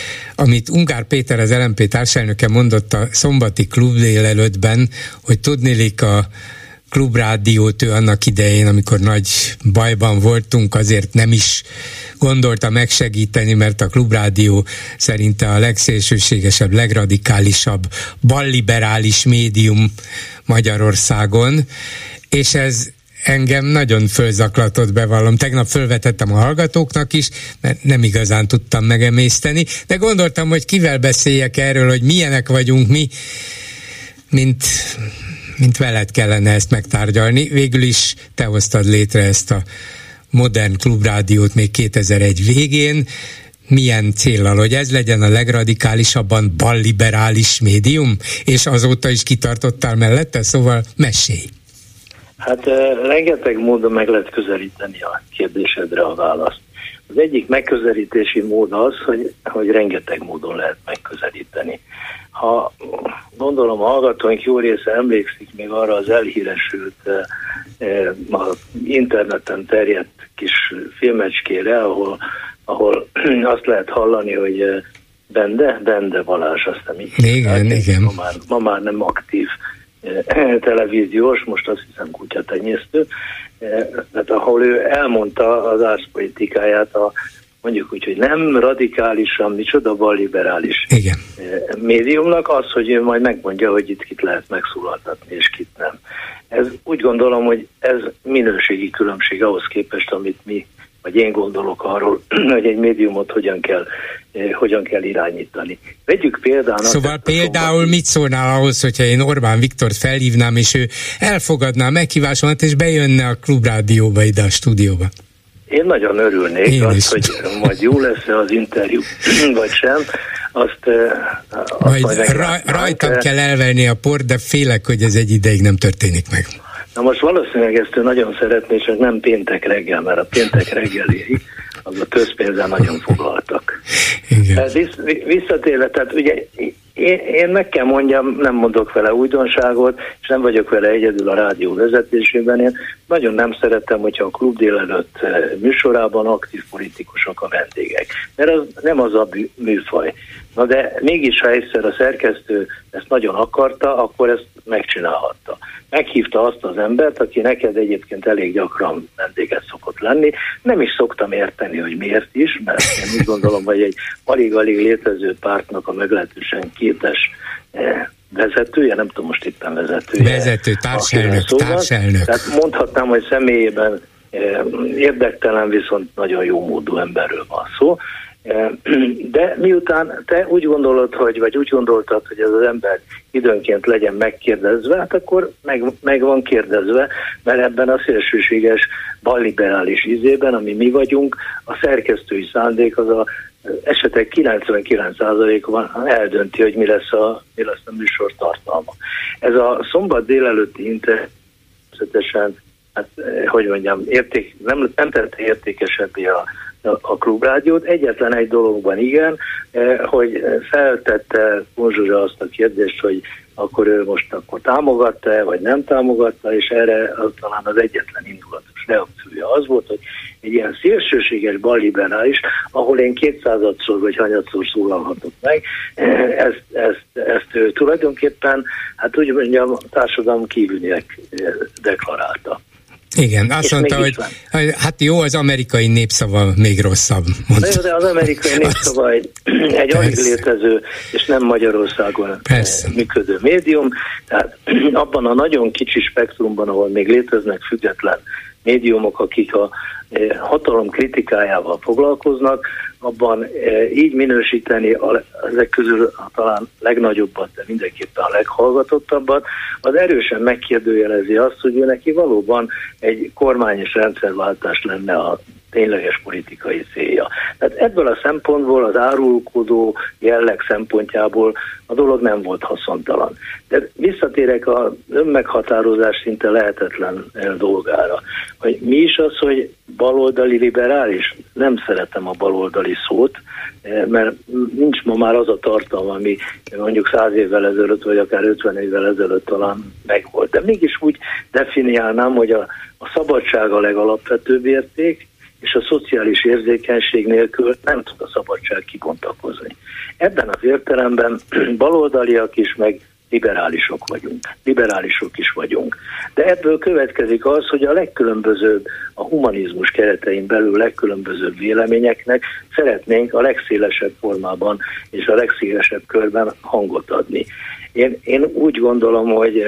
amit Ungár Péter, az el em pé társelnöke mondott a szombati klub délelőttben, hogy tudniillik a Klubrádiót ő annak idején, amikor nagy bajban voltunk, azért nem is gondolta megsegíteni, mert a Klubrádió szerinte a legszélsőségesebb, legradikálisabb, balliberális médium Magyarországon, és ez engem nagyon fölzaklatott, bevallom. Tegnap fölvetettem a hallgatóknak is, mert nem igazán tudtam megemészteni, de gondoltam, hogy kivel beszéljek erről, hogy milyenek vagyunk mi, mint... mint veled kellene ezt megtárgyalni. Végül is te hoztad létre ezt a modern klubrádiót még kétezer-egy végén. Milyen céllal, hogy ez legyen a legradikálisabban balliberális médium? És azóta is kitartottál mellette? Szóval mesélj! Hát rengeteg módon meg lehet közelíteni a kérdésedre a választ. Az egyik megközelítési mód az, hogy, hogy rengeteg módon lehet megközelíteni. Ha gondolom a hallgatóink jó része emlékszik még arra az elhíresült eh, a interneten terjedt kis filmecskére, ahol, ahol azt lehet hallani, hogy Bende, Bende Balázs, azt nem így. Igen, igen. Ma már, ma már nem aktív eh, televíziós, most azt hiszem kutyatenyésztő, eh, tehát ahol ő elmondta az árszpolitikáját a mondjuk úgy, hogy nem radikálisan, micsoda balliberális Igen. médiumnak, az, hogy ő majd megmondja, hogy itt kit lehet megszólaltatni, és kit nem. Ez úgy gondolom, hogy ez minőségi különbség ahhoz képest, amit mi, vagy én gondolok arról, hogy egy médiumot hogyan kell, eh, hogyan kell irányítani. Vegyük például... Szóval például mit szólnál ahhoz, hogyha én Orbán Viktort felhívnám, és ő elfogadná meghívásomat, és bejönne a Klubrádióba ide a stúdióba? Én nagyon örülnék, én azt, hogy majd jó lesz az interjú, vagy sem. Azt, azt majd majd raj, rajtam de... kell elvenni a port, de félek, hogy ez egy ideig nem történik meg. Na most valószínűleg ezt ő nagyon szeretné, csak nem péntek reggel, mert a péntek reggeli az a közpénzen nagyon foglaltak. Visz, visszatérve, tehát ugye én, én meg kell mondjam, nem mondok vele újdonságot, és nem vagyok vele egyedül a rádió vezetésében. Én nagyon nem szerettem, hogyha a klub délelőtt műsorában aktív politikusok a vendégek. Mert az nem az a műfaj. Na de mégis, ha egyszer a szerkesztő ezt nagyon akarta, akkor ezt megcsinálhatta. Meghívta azt az embert, aki neked egyébként elég gyakran vendéget szokott lenni. Nem is szoktam érteni, hogy miért is, mert én úgy gondolom, hogy egy alig-alig létező pártnak a meglehetősen kétes vezetője, nem tudom most éppen vezetője. Vezető, társelnök, társelnök. Tehát mondhatnám, hogy személyében érdektelen, viszont nagyon jó módú emberről van szó. De miután te úgy gondolod, hogy, vagy úgy gondoltad, hogy ez az ember időnként legyen megkérdezve, hát akkor meg, meg van kérdezve, mert ebben a szélsőséges balliberális ízében, ami mi vagyunk, a szerkesztői szándék az a esetek kilencvenkilenc százalékban eldönti, hogy mi lesz a, mi lesz a műsor tartalma. Ez a szombat délelőtti internet természetesen, hát, hogy mondjam, érték, nem, nem tette értékesebbé a a Klubrádiót. Egyetlen egy dologban igen, hogy feltette Kunzsuzsa azt a kérdést, hogy akkor ő most akkor támogatta vagy nem támogatta, és erre az, talán az egyetlen indulatos reakciója az volt, hogy egy ilyen szélsőséges balliberális, ahol én kétszázadszor vagy hanyatszor szólalhatok meg, ezt, ezt, ezt tulajdonképpen, hát úgy mondjam, a társadalom kívüliek deklarálta. Igen, azt és mondta, hogy van. Hát jó, az amerikai népszava még rosszabb. De, de az amerikai népszava egy, egy alig létező és nem Magyarországon Persze. működő médium, tehát abban a nagyon kicsi spektrumban, ahol még léteznek független médiumok, akik a hatalom kritikájával foglalkoznak, abban így minősíteni a, ezek közül talán legnagyobbat, de mindenképpen a leghallgatottabbat, az erősen megkérdőjelezi azt, hogy ő neki valóban egy kormány és rendszerváltás lenne a tényleges politikai célja. Tehát ebből a szempontból, az árulkodó jelleg szempontjából a dolog nem volt haszontalan. De visszatérek az önmeghatározás szinte lehetetlen dolgára. Hogy mi is az, hogy baloldali liberális? Nem szeretem a baloldali szót, mert nincs ma már az a tartalma, ami mondjuk száz évvel ezelőtt, vagy akár ötven évvel ezelőtt talán megvolt. De mégis úgy definiálnám, hogy a, a szabadság a legalapvetőbb érték, és a szociális érzékenység nélkül nem tud a szabadság kibontakozni. Ebben az értelemben baloldaliak is, meg liberálisok vagyunk. Liberálisok is vagyunk. De ebből következik az, hogy a legkülönbözőbb, a humanizmus keretein belül legkülönbözőbb véleményeknek szeretnénk a legszélesebb formában és a legszélesebb körben hangot adni. Én, én úgy gondolom, hogy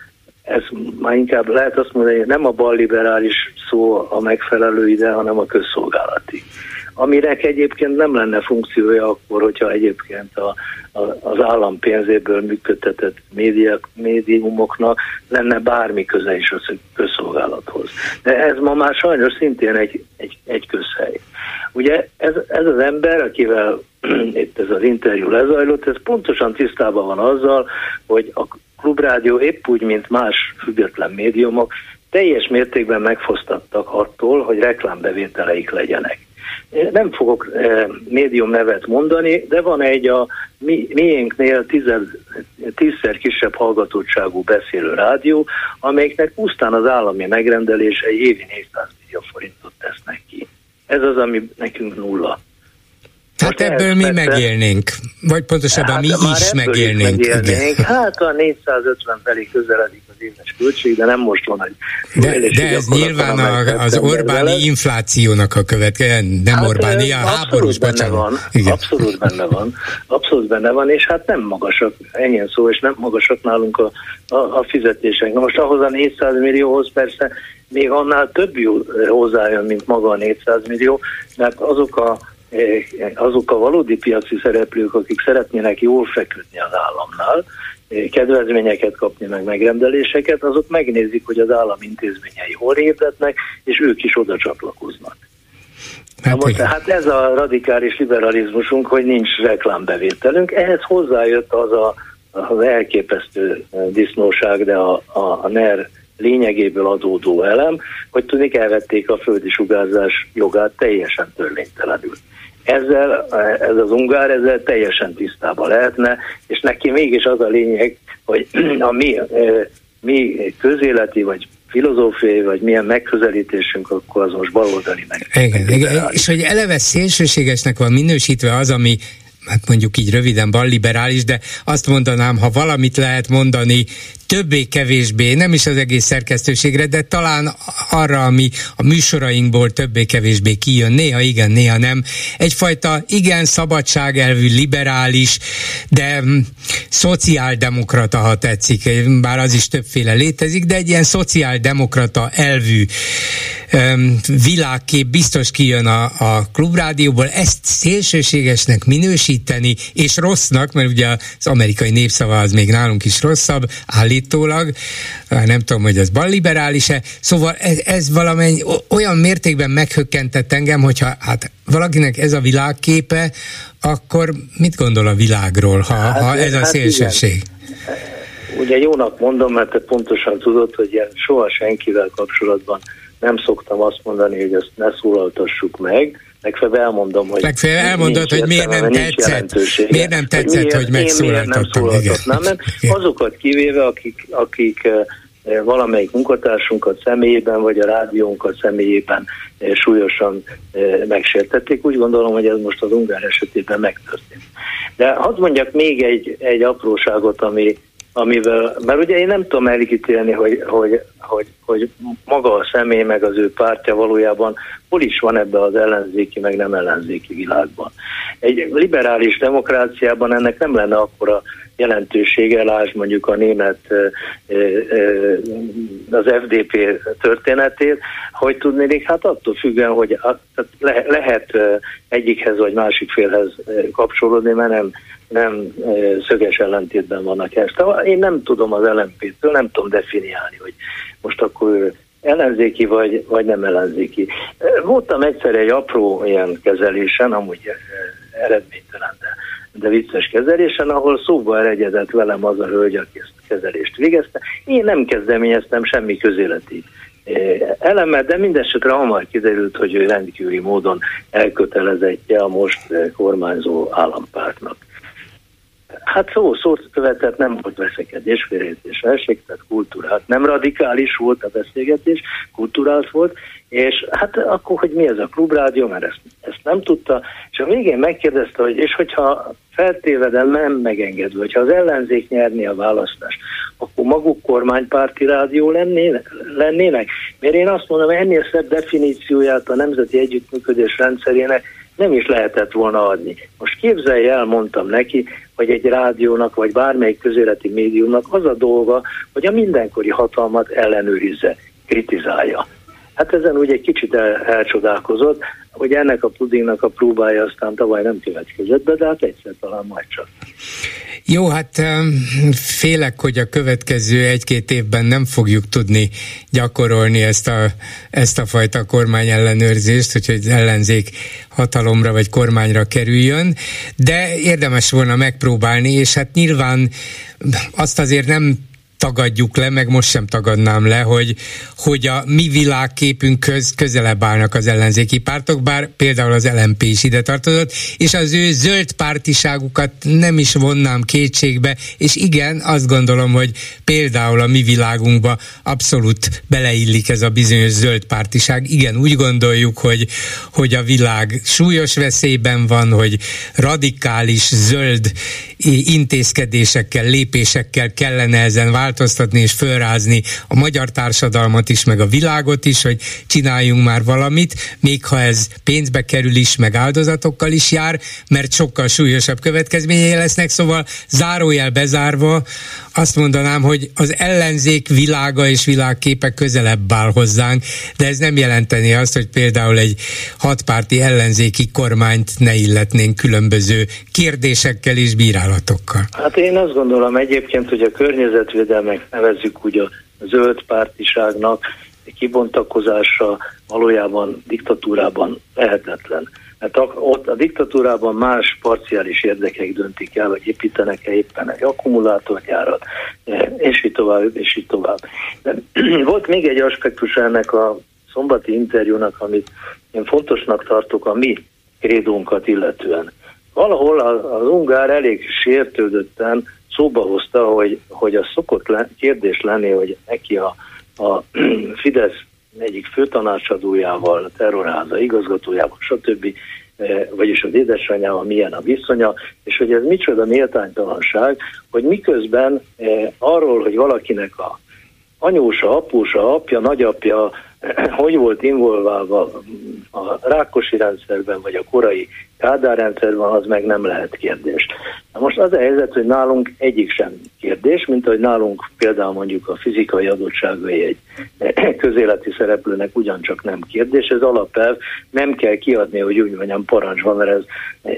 ez már inkább lehet azt mondani, hogy nem a balliberális szó a megfelelő ide, hanem a közszolgálati. Aminek egyébként nem lenne funkciója akkor, hogyha egyébként a, a, az állam pénzéből működtetett médiák, médiumoknak lenne bármi köze is a közszolgálathoz. De ez ma már sajnos szintén egy, egy, egy közhely. Ugye ez, ez az ember, akivel itt ez az interjú lezajlott, ez pontosan tisztában van azzal, hogy a Klubrádió épp úgy, mint más független médiumok, teljes mértékben megfosztattak attól, hogy reklámbevételeik legyenek. Nem fogok eh, médium nevet mondani, de van egy a mi, miénknél tízed, tízszer kisebb hallgatottságú beszélő rádió, amelyiknek pusztán az állami megrendelései évi négyszáz millió forintot tesznek ki. Ez az, ami nekünk nulla. Hát most ebből mi persze, megélnénk, vagy pontosabban hát mi is megélnénk. megélnénk. Hát a négyszázötven felé közeledik az éves költség, de nem most van, hogy... De, de ez nyilván a, az Orbáni vele. inflációnak a következő, nem hát Orbáni, a háborús, benne van, abszolút benne van, abszolút benne van, és hát nem magasak, ennyien szó, és nem magasak nálunk a, a, a fizetések. Na most ahhoz a négyszáz millióhoz persze még annál több hozzájön, mint maga a négyszáz millió, mert azok a azok a valódi piaci szereplők, akik szeretnének jól feküdni az államnál, kedvezményeket kapni, meg megrendeléseket, azok megnézik, hogy az állam intézményei hol hirdetnek, és ők is oda csatlakoznak. Hát, most, hát ez a radikális liberalizmusunk, hogy nincs reklámbevételünk. Ehhez hozzájött az a, az elképesztő disznóság, de a, a, a NER lényegéből adódó elem, hogy tudnik, elvették a földi sugárzás jogát teljesen törvénytelenül. Ezzel, ez az ungár ezzel teljesen tisztában lehetne, és neki mégis az a lényeg, hogy a mi, mi közéleti, vagy filozófiai, vagy milyen megközelítésünk, akkor az most baloldali meg. Igen, igen. És hogy eleve szélsőségesnek van minősítve az, ami hát mondjuk így röviden balliberális, de azt mondanám, ha valamit lehet mondani többé-kevésbé, nem is az egész szerkesztőségre, de talán arra, ami a műsorainkból többé-kevésbé kijön, néha igen, néha nem. Egyfajta igen szabadságelvű, liberális, de mm, szociáldemokrata, ha tetszik, bár az is többféle létezik, de egy ilyen szociáldemokrata elvű um, világkép biztos kijön a, a Klubrádióból. Ezt szélsőségesnek minősíteni, és rossznak, mert ugye az amerikai népszava az még nálunk is rosszabb, állítólag, nem tudom, hogy ez balliberális-e, szóval ez, ez valamennyi olyan mértékben meghökkentett engem, hogyha hát valakinek ez a világképe, akkor mit gondol a világról, ha, hát, ha ez hát a szélsőség? Igen. Ugye jónak mondom, mert te pontosan tudod, hogy ilyen soha senkivel kapcsolatban nem szoktam azt mondani, hogy ezt ne szólaltassuk meg, legfeljebb elmondom, hogy legfeljebb elmondod, hogy miért nem tetszett, miért nem tetszett, hogy, hogy megszólaltattam. Nem, azokat kivéve, akik, akik valamelyik munkatársunkat személyében, vagy a rádiónkat személyében súlyosan megsértették. Úgy gondolom, hogy ez most az Ungár esetében megtörtént. De hadd mondjak még egy, egy apróságot, ami, amivel, mert ugye én nem tudom elítélni, hogy, hogy, hogy, hogy maga a személy, meg az ő pártja valójában hol is van ebbe az ellenzéki, meg nem ellenzéki világban. Egy liberális demokráciában ennek nem lenne akkora jelentősége, lásd mondjuk a német, az ef dé pé történetét, hogy tudnék, hát attól függően, hogy lehet egyikhez vagy másik félhez kapcsolódni, mert nem, nem szöges ellentétben vannak ezt. Én nem tudom az el em pé-től, nem tudom definiálni, hogy most akkor ellenzéki vagy, vagy nem ellenzéki. Voltam egyszer egy apró ilyen kezelésen, amúgy eredménytelen, de de vicces kezelésen, ahol szóba eredett velem az a hölgy, aki ezt a kezelést végezte. Én nem kezdeményeztem semmi közéleti elemet, de mindesetre hamar kiderült, hogy ő rendkívüli módon elkötelezettje a most kormányzó állampártnak. Hát szó szót követett, nem volt veszekedés, félreértés, elség, tehát kultúrált. Nem radikális volt a beszélgetés, kultúrált volt, és hát akkor, hogy mi ez a klubrádió, mert ezt, ezt nem tudta, és a végén megkérdezte, hogy és hogyha feltévedel nem megengedve, hogyha az ellenzék nyerni a választást, akkor maguk kormánypárti rádió lennének? lennének? Mert én azt mondom, hogy ennél szebb definícióját a nemzeti együttműködés rendszerének nem is lehetett volna adni. Most képzelj el, mondtam neki, hogy egy rádiónak, vagy bármelyik közéleti médiumnak az a dolga, hogy a mindenkori hatalmat ellenőrizze, kritizálja. Hát ezen úgy egy kicsit el, elcsodálkozott, hogy ennek a pudingnak a próbája aztán tavaly nem következett be, de hát egyszer talán majd csak. Jó, hát félek, hogy a következő egy-két évben nem fogjuk tudni gyakorolni ezt a, ezt a fajta kormányellenőrzést, hogy az ellenzék hatalomra vagy kormányra kerüljön, de érdemes volna megpróbálni, és hát nyilván azt azért nem tagadjuk le, meg most sem tagadnám le, hogy, hogy a mi világképünkhöz közelebb állnak az ellenzéki pártok, bár például az el em pé is ide tartozott, és az ő zöld pártiságukat nem is vonnám kétségbe, és igen, azt gondolom, hogy például a mi világunkba abszolút beleillik ez a bizonyos zöld pártiság. Igen, úgy gondoljuk, hogy, hogy a világ súlyos veszélyben van, hogy radikális zöld intézkedésekkel, lépésekkel kellene ezen változtatni és fölrázni a magyar társadalmat is, meg a világot is, hogy csináljunk már valamit, még ha ez pénzbe kerül is, meg áldozatokkal is jár, mert sokkal súlyosabb következményei lesznek, szóval zárójel bezárva azt mondanám, hogy az ellenzék világa és világképe közelebb áll hozzánk, de ez nem jelenteni azt, hogy például egy hatpárti ellenzéki kormányt ne illetnénk különböző kérdésekkel és bírálatokkal. Hát én azt gondolom egyébként, hogy a környezetvédelmek nevezzük úgy a zöld pártiságnak kibontakozása valójában diktatúrában lehetetlen. Mert ott a diktatúrában más parciális érdekek döntik el, hogy építenek-e éppen egy akkumulátorgyárat, és így tovább, és így tovább. De volt még egy aspektus ennek a szombati interjúnak, amit én fontosnak tartok a mi krédónkat illetően. Valahol az Ungár elég sértődötten szóba hozta, hogy, hogy az szokott le, kérdés lenni, hogy neki a, a Fidesz egyik főtanácsadójával, a terrorháza igazgatójával, stb., vagyis az édesanyjával milyen a viszonya, és hogy ez micsoda méltánytalanság, hogy miközben arról, hogy valakinek a anyósa, apósa, apja, nagyapja hogy volt involválva a Rákosi rendszerben, vagy a korai Kádár rendszerben, az meg nem lehet kérdés. Na most az a helyzet, hogy nálunk egyik sem kérdés, mint ahogy nálunk például mondjuk a fizikai adottságai egy közéleti szereplőnek ugyancsak nem kérdés, ez alapelv, nem kell kiadni, hogy úgy mondjam parancsban, mert ez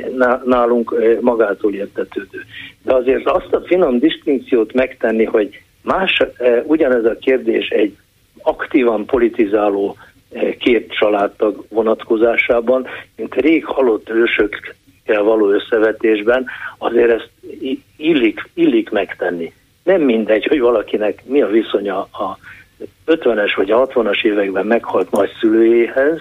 nálunk magától értetődő. De azért azt a finom distinkciót megtenni, hogy más, ugyanez a kérdés egy aktívan politizáló két családtag vonatkozásában, mint rég halott ősökkel való összevetésben, azért ezt illik, illik megtenni. Nem mindegy, hogy valakinek mi a viszonya a ötvenes vagy a hatvanas években meghalt nagyszülőjéhez,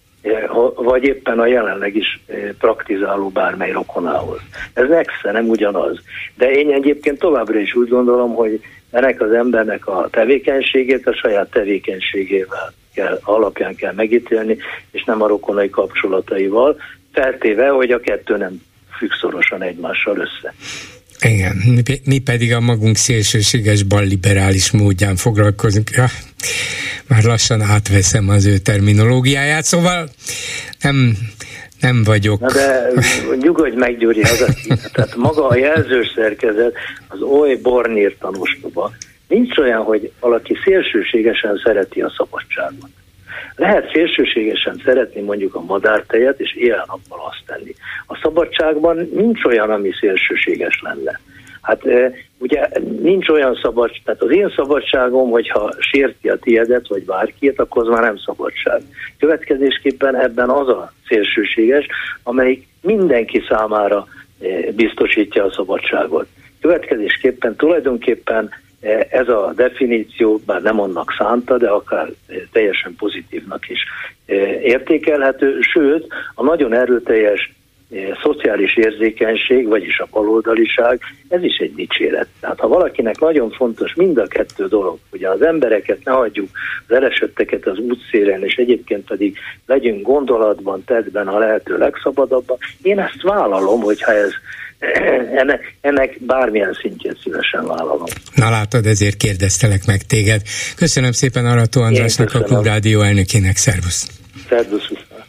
vagy éppen a jelenleg is praktizáló bármely rokonához. Ez messze nem ugyanaz. De én egyébként továbbra is úgy gondolom, hogy ennek az embernek a tevékenységét a saját tevékenységével kell, alapján kell megítélni, és nem a rokonai kapcsolataival, feltéve, hogy a kettő nem függ szorosan egymással össze. Igen, mi pedig a magunk szélsőséges balliberális módján foglalkozunk. Ja, már lassan átveszem az ő terminológiáját, szóval nem, nem vagyok... Na de nyugodj meg, Gyuri, az a, tehát maga a jelzős szerkezet az oly bornírt ostoba. Nincs olyan, hogy valaki szélsőségesen szereti a szabadságot. Lehet szélsőségesen szeretni mondjuk a madártejet, és éjjel-nappal azt tenni. A szabadságban nincs olyan, ami szélsőséges lenne. Hát ugye nincs olyan szabadság, tehát az én szabadságom, hogyha sérti a tiédet, vagy bárkit, akkor az már nem szabadság. Következésképpen ebben az a szélsőséges, amelyik mindenki számára biztosítja a szabadságot. Következésképpen tulajdonképpen ez a definíció, bár nem annak szánta, de akár teljesen pozitívnak is értékelhető, sőt, a nagyon erőteljes szociális érzékenység, vagyis a baloldaliság, ez is egy dicséret. Tehát ha valakinek nagyon fontos mind a kettő dolog, hogy az embereket ne hagyjuk, az elesetteket az útszélen, és egyébként pedig legyünk gondolatban, tettben a lehető legszabadabban, én ezt vállalom, hogyha ez ennek, ennek bármilyen szintjét szívesen vállalom. Na látod, ezért kérdeztelek meg téged. Köszönöm szépen Arató Andrásnak, a Klubrádió elnökének. Szervusz! Szervusz!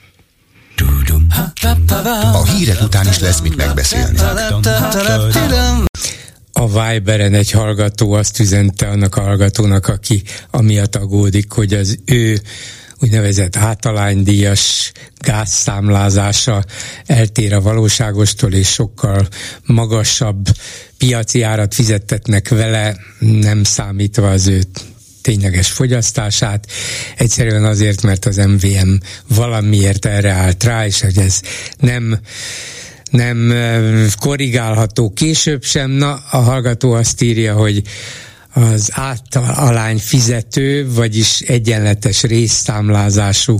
A hírek után is lesz mit megbeszélni. A Viberen egy hallgató azt üzente annak a hallgatónak, aki amiatt aggódik, hogy az ő úgynevezett általánydíjas gázszámlázása eltér a valóságostól, és sokkal magasabb piaci árat fizettetnek vele, nem számítva az ő tényleges fogyasztását, egyszerűen azért, mert az em vé em valamiért erre állt rá, és hogy ez nem nem korrigálható később sem. Na, a hallgató azt írja, hogy az általány fizető, vagyis egyenletes részszámlázású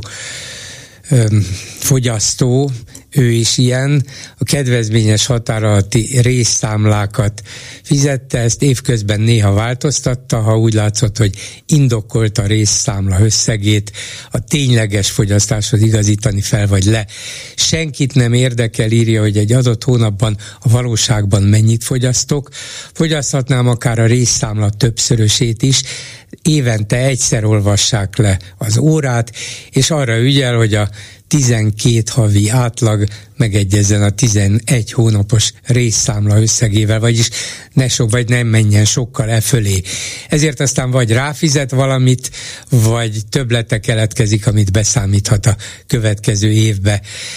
öm, fogyasztó, ő is ilyen, a kedvezményes határ alatti részszámlákat fizette, ezt évközben néha változtatta, ha úgy látszott, hogy indokolt a részszámla összegét a tényleges fogyasztáshoz igazítani fel vagy le. Senkit nem érdekel, írja, hogy egy adott hónapban a valóságban mennyit fogyasztok. Fogyaszthatnám akár a részszámla többszörösét is, évente egyszer olvassák le az órát, és arra ügyel, hogy a tizenkét havi átlag megegyezzen a tizenegy hónapos részszámla összegével, vagyis ne sok, vagy nem menjen sokkal e fölé. Ezért aztán vagy ráfizet valamit, vagy többlete keletkezik, amit beszámíthat a következő évbe.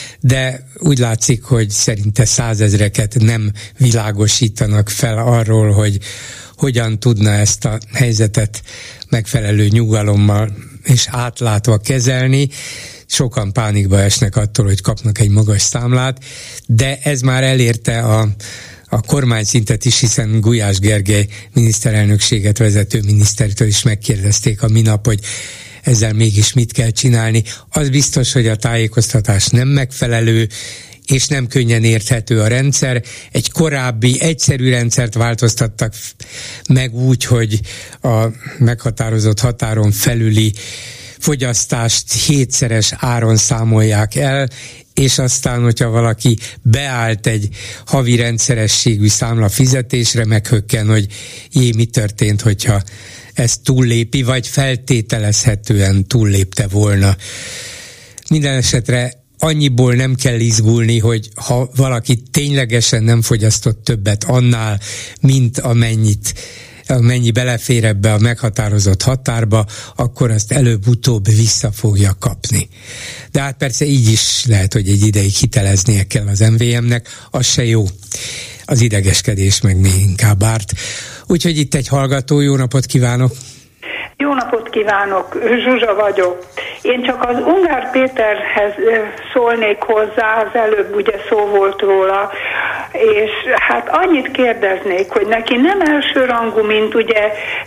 De úgy látszik, hogy szerinte százezreket nem világosítanak fel arról, hogy hogyan tudna ezt a helyzetet megfelelő nyugalommal és átlátva kezelni. Sokan pánikba esnek attól, hogy kapnak egy magas számlát, de ez már elérte a, a kormányszintet is, hiszen Gulyás Gergely miniszterelnökséget vezető minisztertől is megkérdezték a minap, hogy ezzel mégis mit kell csinálni. Az biztos, hogy a tájékoztatás nem megfelelő, és nem könnyen érthető a rendszer. Egy korábbi egyszerű rendszert változtattak meg úgy, hogy a meghatározott határon felüli fogyasztást hétszeres áron számolják el, és aztán, hogyha valaki beállt egy havi rendszerességű számla fizetésre, meghökken, hogy jé, mi történt, hogyha ezt túllépi, vagy feltételezhetően túllépte volna. Minden esetre annyiból nem kell izgulni, hogy ha valaki ténylegesen nem fogyasztott többet annál, mint amennyit mennyi belefér ebbe a meghatározott határba, akkor azt előbb-utóbb vissza fogja kapni. De hát persze így is lehet, hogy egy ideig hiteleznie kell az em vé em-nek, az se jó. Az idegeskedés meg még inkább árt. Úgyhogy itt egy hallgató, jó napot kívánok! Jó napot kívánok, Zsuzsa vagyok. Én csak az Ungár Péterhez szólnék hozzá, az előbb ugye szó volt róla, és hát annyit kérdeznék, hogy neki nem elsőrangú, mint ugye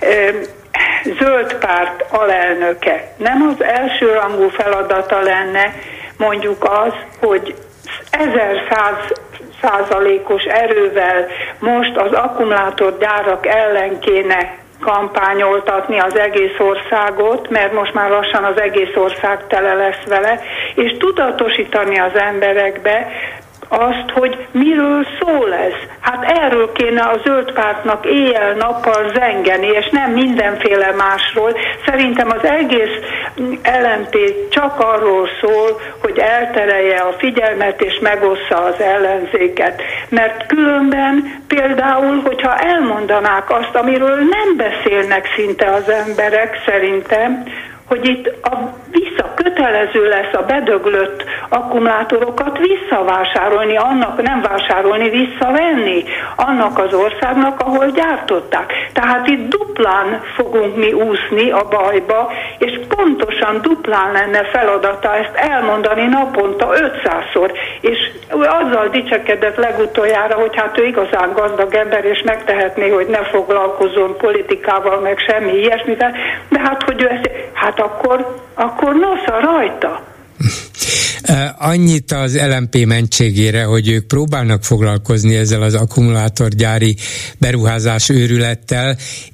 zöld párt alelnöke. Nem az elsőrangú feladata lenne mondjuk az, hogy ezerszáz százalékos erővel most az akkumulátorgyárak ellen kéne kampányoltatni az egész országot, mert most már lassan az egész ország tele lesz vele, és tudatosítani az emberekbe azt, hogy miről szól ez. Hát erről kéne a Zöld Pártnak éjjel-nappal zengeni, és nem mindenféle másról. Szerintem az egész el em pé csak arról szól, hogy elterelje a figyelmet és megossza az ellenzéket. Mert különben például, hogyha elmondanák azt, amiről nem beszélnek szinte az emberek szerintem, hogy itt a vissza kötelező lesz a bedöglött akkumulátorokat visszavásárolni, annak nem vásárolni, visszavenni annak az országnak, ahol gyártották. Tehát itt duplán fogunk mi úszni a bajba, és pontosan duplán lenne feladata ezt elmondani naponta ötszázszor. És azzal dicsekedett legutoljára, hogy hát ő igazán gazdag ember, és megtehetné, hogy ne foglalkozzon politikával, meg semmi ilyesmivel, de hát, hogy ő ezt, hát akkor, akkor nosza rajta. Annyit az el em pé mentségére, hogy ők próbálnak foglalkozni ezzel az akkumulátorgyári beruházás őrülettel,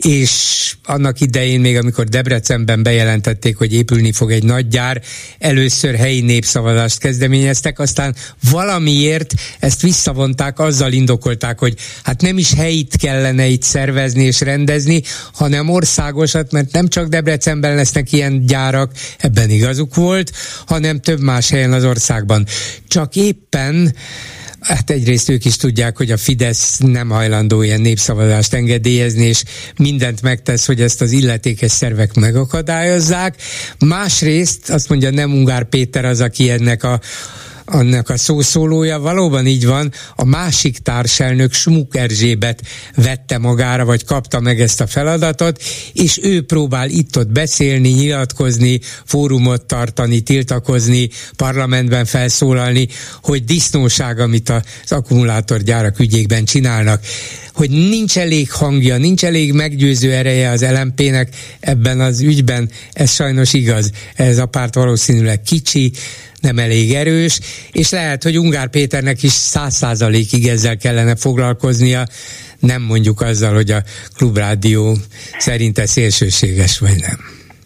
és annak idején még, amikor Debrecenben bejelentették, hogy épülni fog egy nagy gyár, először helyi népszavazást kezdeményeztek, aztán valamiért ezt visszavonták, azzal indokolták, hogy hát nem is helyit kellene itt szervezni és rendezni, hanem országosat, mert nem csak Debrecenben lesznek ilyen gyárak, ebben igazuk volt, hanem több más helyen az országban. Csak éppen, hát egyrészt ők is tudják, hogy a Fidesz nem hajlandó ilyen népszavazást engedélyezni, és mindent megtesz, hogy ezt az illetékes szervek megakadályozzák. Másrészt azt mondja, nem Ungár Péter az, aki ennek a annak a szószólója, valóban így van, a másik társelnök, Smuk Erzsébet vette magára, vagy kapta meg ezt a feladatot, és ő próbál itt-ott beszélni, nyilatkozni, fórumot tartani, tiltakozni, parlamentben felszólalni, hogy disznóság, amit az akkumulátorgyárak ügyékben csinálnak. Hogy nincs elég hangja, nincs elég meggyőző ereje az el em pének ebben az ügyben, ez sajnos igaz. Ez a párt valószínűleg kicsi, nem elég erős, és lehet, hogy Ungár Péternek is száz százalékig ezzel kellene foglalkoznia, nem mondjuk azzal, hogy a Klubrádió szerinte szélsőséges vagy nem.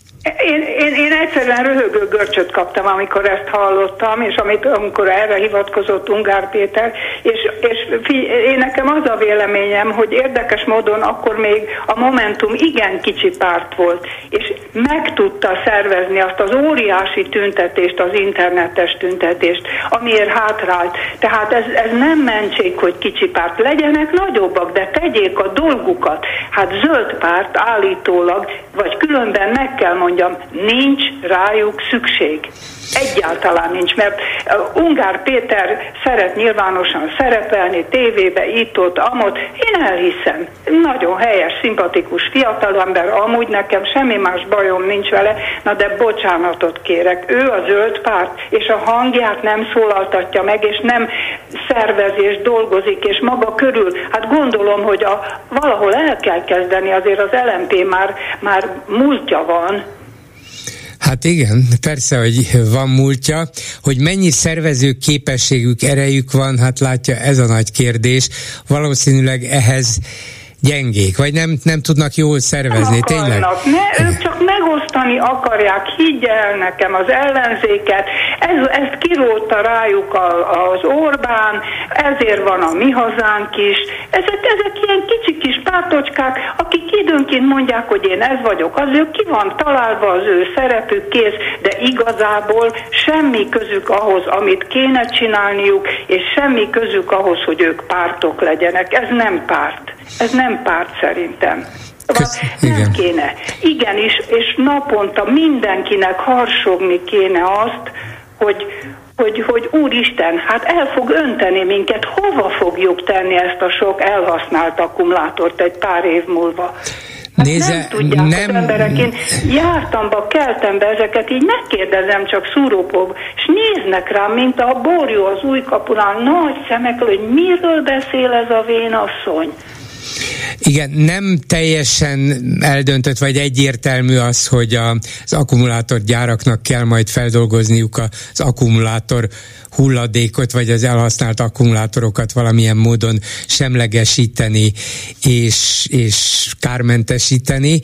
Én, én, én egyszerűen röhögő görcsöt kaptam, amikor ezt hallottam, és amit, amikor erre hivatkozott Ungár Péter, és, és fi, én nekem az a véleményem, hogy érdekes módon akkor még a Momentum igen kicsi párt volt, és meg tudta szervezni azt az óriási tüntetést, az internetes tüntetést, amiért hátrált. Tehát ez, ez nem mentség, hogy kicsi párt, legyenek nagyobbak, de tegyék a dolgukat. Hát Zöld Párt állítólag, vagy különben meg kell mondjam, nincs rájuk szükség. Egyáltalán nincs, mert Ungár Péter szeret nyilvánosan szerepelni, tévébe, itt-ott, amott. Én elhiszem. Nagyon helyes, szimpatikus fiatalember, amúgy nekem semmi más bajom nincs vele, na de bocsánatot kérek. Ő a Zöld Párt, és a hangját nem szólaltatja meg, és nem szervez és dolgozik, és maga körül. Hát gondolom, hogy a, valahol el kell kezdeni, azért az el em pé már, már múltja van. Hát igen, persze, hogy van múltja, hogy mennyi szervező képességük, erejük van, hát látja, ez a nagy kérdés. Valószínűleg ehhez gyengék, vagy nem, nem tudnak jól szervezni, tényleg? Ne, ők csak megosztani akarják, higgy el nekem az ellenzéket, ez, ezt kirótta rájuk a, az Orbán, ezért van a Mi Hazánk is, ezek, ezek ilyen kicsi kis pártocskák, akik időnként mondják, hogy én ez vagyok, az ők ki van találva, az ő szerepük kész, de igazából semmi közük ahhoz, amit kéne csinálniuk, és semmi közük ahhoz, hogy ők pártok legyenek. Ez nem párt. Ez nem párt szerintem. Kösz, nem igen. kéne. Igenis, és naponta mindenkinek harsogni kéne azt, hogy, hogy, hogy Úristen, hát el fog önteni minket, hova fogjuk tenni ezt a sok elhasznált akkumulátort egy pár év múlva? Hát Nézze, nem tudják nem... az emberek. Én jártam be, keltem be ezeket, így megkérdezem csak szúrópóba, és néznek rám, mint a borjú az Újkapunál, nagy szemekkel, hogy miről beszél ez a vénasszony. Igen, nem teljesen eldöntött, vagy egyértelmű az, hogy az akkumulátorgyáraknak kell majd feldolgozniuk az akkumulátor hulladékot, vagy az elhasznált akkumulátorokat valamilyen módon semlegesíteni és, és kármentesíteni.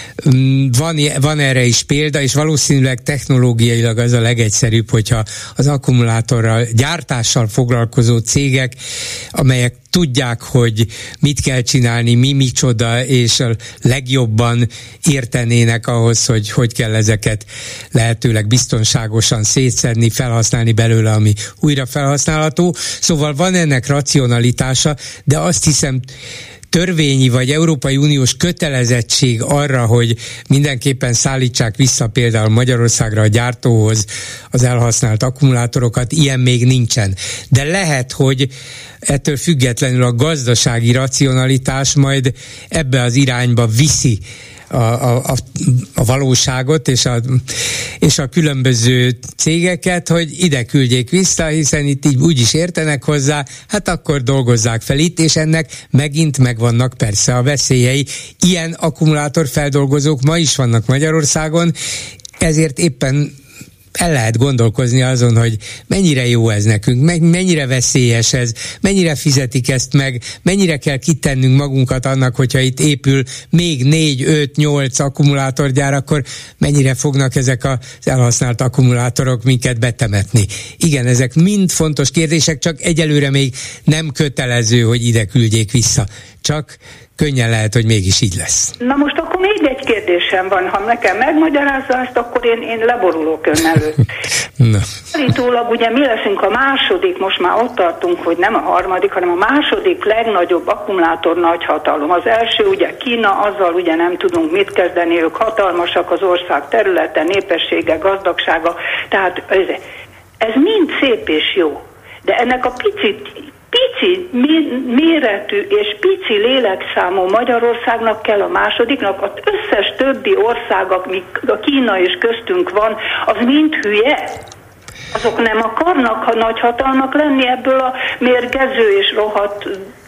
Van, van erre is példa, és valószínűleg technológiailag az a legegyszerűbb, hogyha az akkumulátorral, gyártással foglalkozó cégek, amelyek tudják, hogy mit kell csinálni, mi micsoda, és a legjobban értenének ahhoz, hogy hogy kell ezeket lehetőleg biztonságosan szétszedni, felhasználni belőle, ami újra felhasználható. Szóval van ennek racionalitása, de azt hiszem, törvényi vagy Európai Uniós kötelezettség arra, hogy mindenképpen szállítsák vissza például Magyarországra a gyártóhoz az elhasznált akkumulátorokat, ilyen még nincsen. De lehet, hogy ettől függetlenül a gazdasági racionalitás majd ebbe az irányba viszi A, a, a, a valóságot és a, és a különböző cégeket, hogy ide küldjék vissza, hiszen itt így úgyis értenek hozzá, hát akkor dolgozzák fel itt, és ennek megint megvannak persze a veszélyei. Ilyen akkumulátorfeldolgozók ma is vannak Magyarországon, ezért éppen el lehet gondolkozni azon, hogy mennyire jó ez nekünk, mennyire veszélyes ez, mennyire fizetik ezt meg, mennyire kell kitennünk magunkat annak, hogyha itt épül még négy, öt, nyolc akkumulátorgyár, akkor mennyire fognak ezek az elhasznált akkumulátorok minket betemetni. Igen, ezek mind fontos kérdések, csak egyelőre még nem kötelező, hogy ide küldjék vissza. Csak könnyen lehet, hogy mégis így lesz. Na most akkor még egy kérdésem van, ha nekem megmagyarázza ezt, akkor én, én leborulok ön előtt. Na. Állítólag ugye mi leszünk a második, most már ott tartunk, hogy nem a harmadik, hanem a második legnagyobb akkumulátor nagyhatalom. Az első ugye Kína, azzal ugye nem tudunk mit kezdeni, ők hatalmasak, az ország területe, népessége, gazdagsága, tehát ez, ez mind szép és jó. De ennek a picit pici méretű és pici lélekszámú Magyarországnak kell a másodiknak, az összes többi ország, ami a Kína és köztünk van, az mind hülye. Azok nem akarnak ha nagyhatalmak lenni ebből a mérgező és rohadt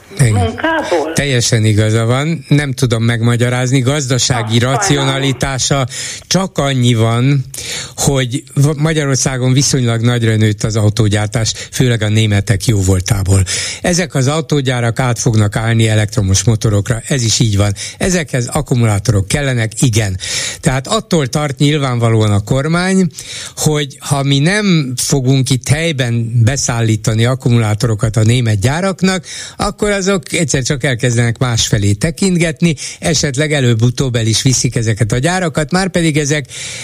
munkából? Teljesen igaza van, nem tudom megmagyarázni, gazdasági ah, racionalitása csak annyi van, hogy Magyarországon viszonylag nagyra nőtt az autógyártás, főleg a németek jó voltából. Ezek az autógyárak át fognak állni elektromos motorokra, ez is így van. Ezekhez akkumulátorok kellenek, igen. Tehát attól tart nyilvánvalóan a kormány, hogy ha mi nem fogunk itt helyben beszállítani akkumulátorokat a német gyáraknak, akkor azok egyszer csak elkezdenek másfelé tekintgetni, esetleg előbb-utóbb el is viszik ezeket a gyárakat, már pedig ezek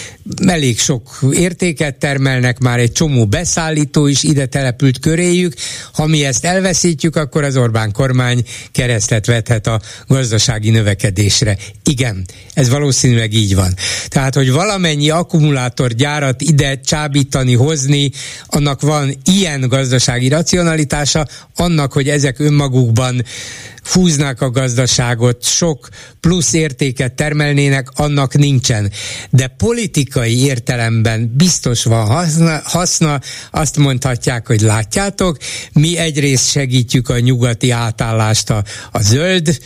elég sok értéket termelnek, már egy csomó beszállító is ide települt köréjük. Ha mi ezt elveszítjük, akkor az Orbán kormány keresztet vethet a gazdasági növekedésre. Igen, ez valószínűleg így van. Tehát, hogy valamennyi akkumulátorgyárat ide csábítani, hozni, annak van ilyen gazdasági racionalitása, annak, hogy ezek önmagukban húznák a gazdaságot, sok plusz értéket termelnének, annak nincsen. De politikai értelemben biztos van haszna, haszna, azt mondhatják, hogy látjátok, mi egyrészt segítjük a nyugati átállást a, a zöld,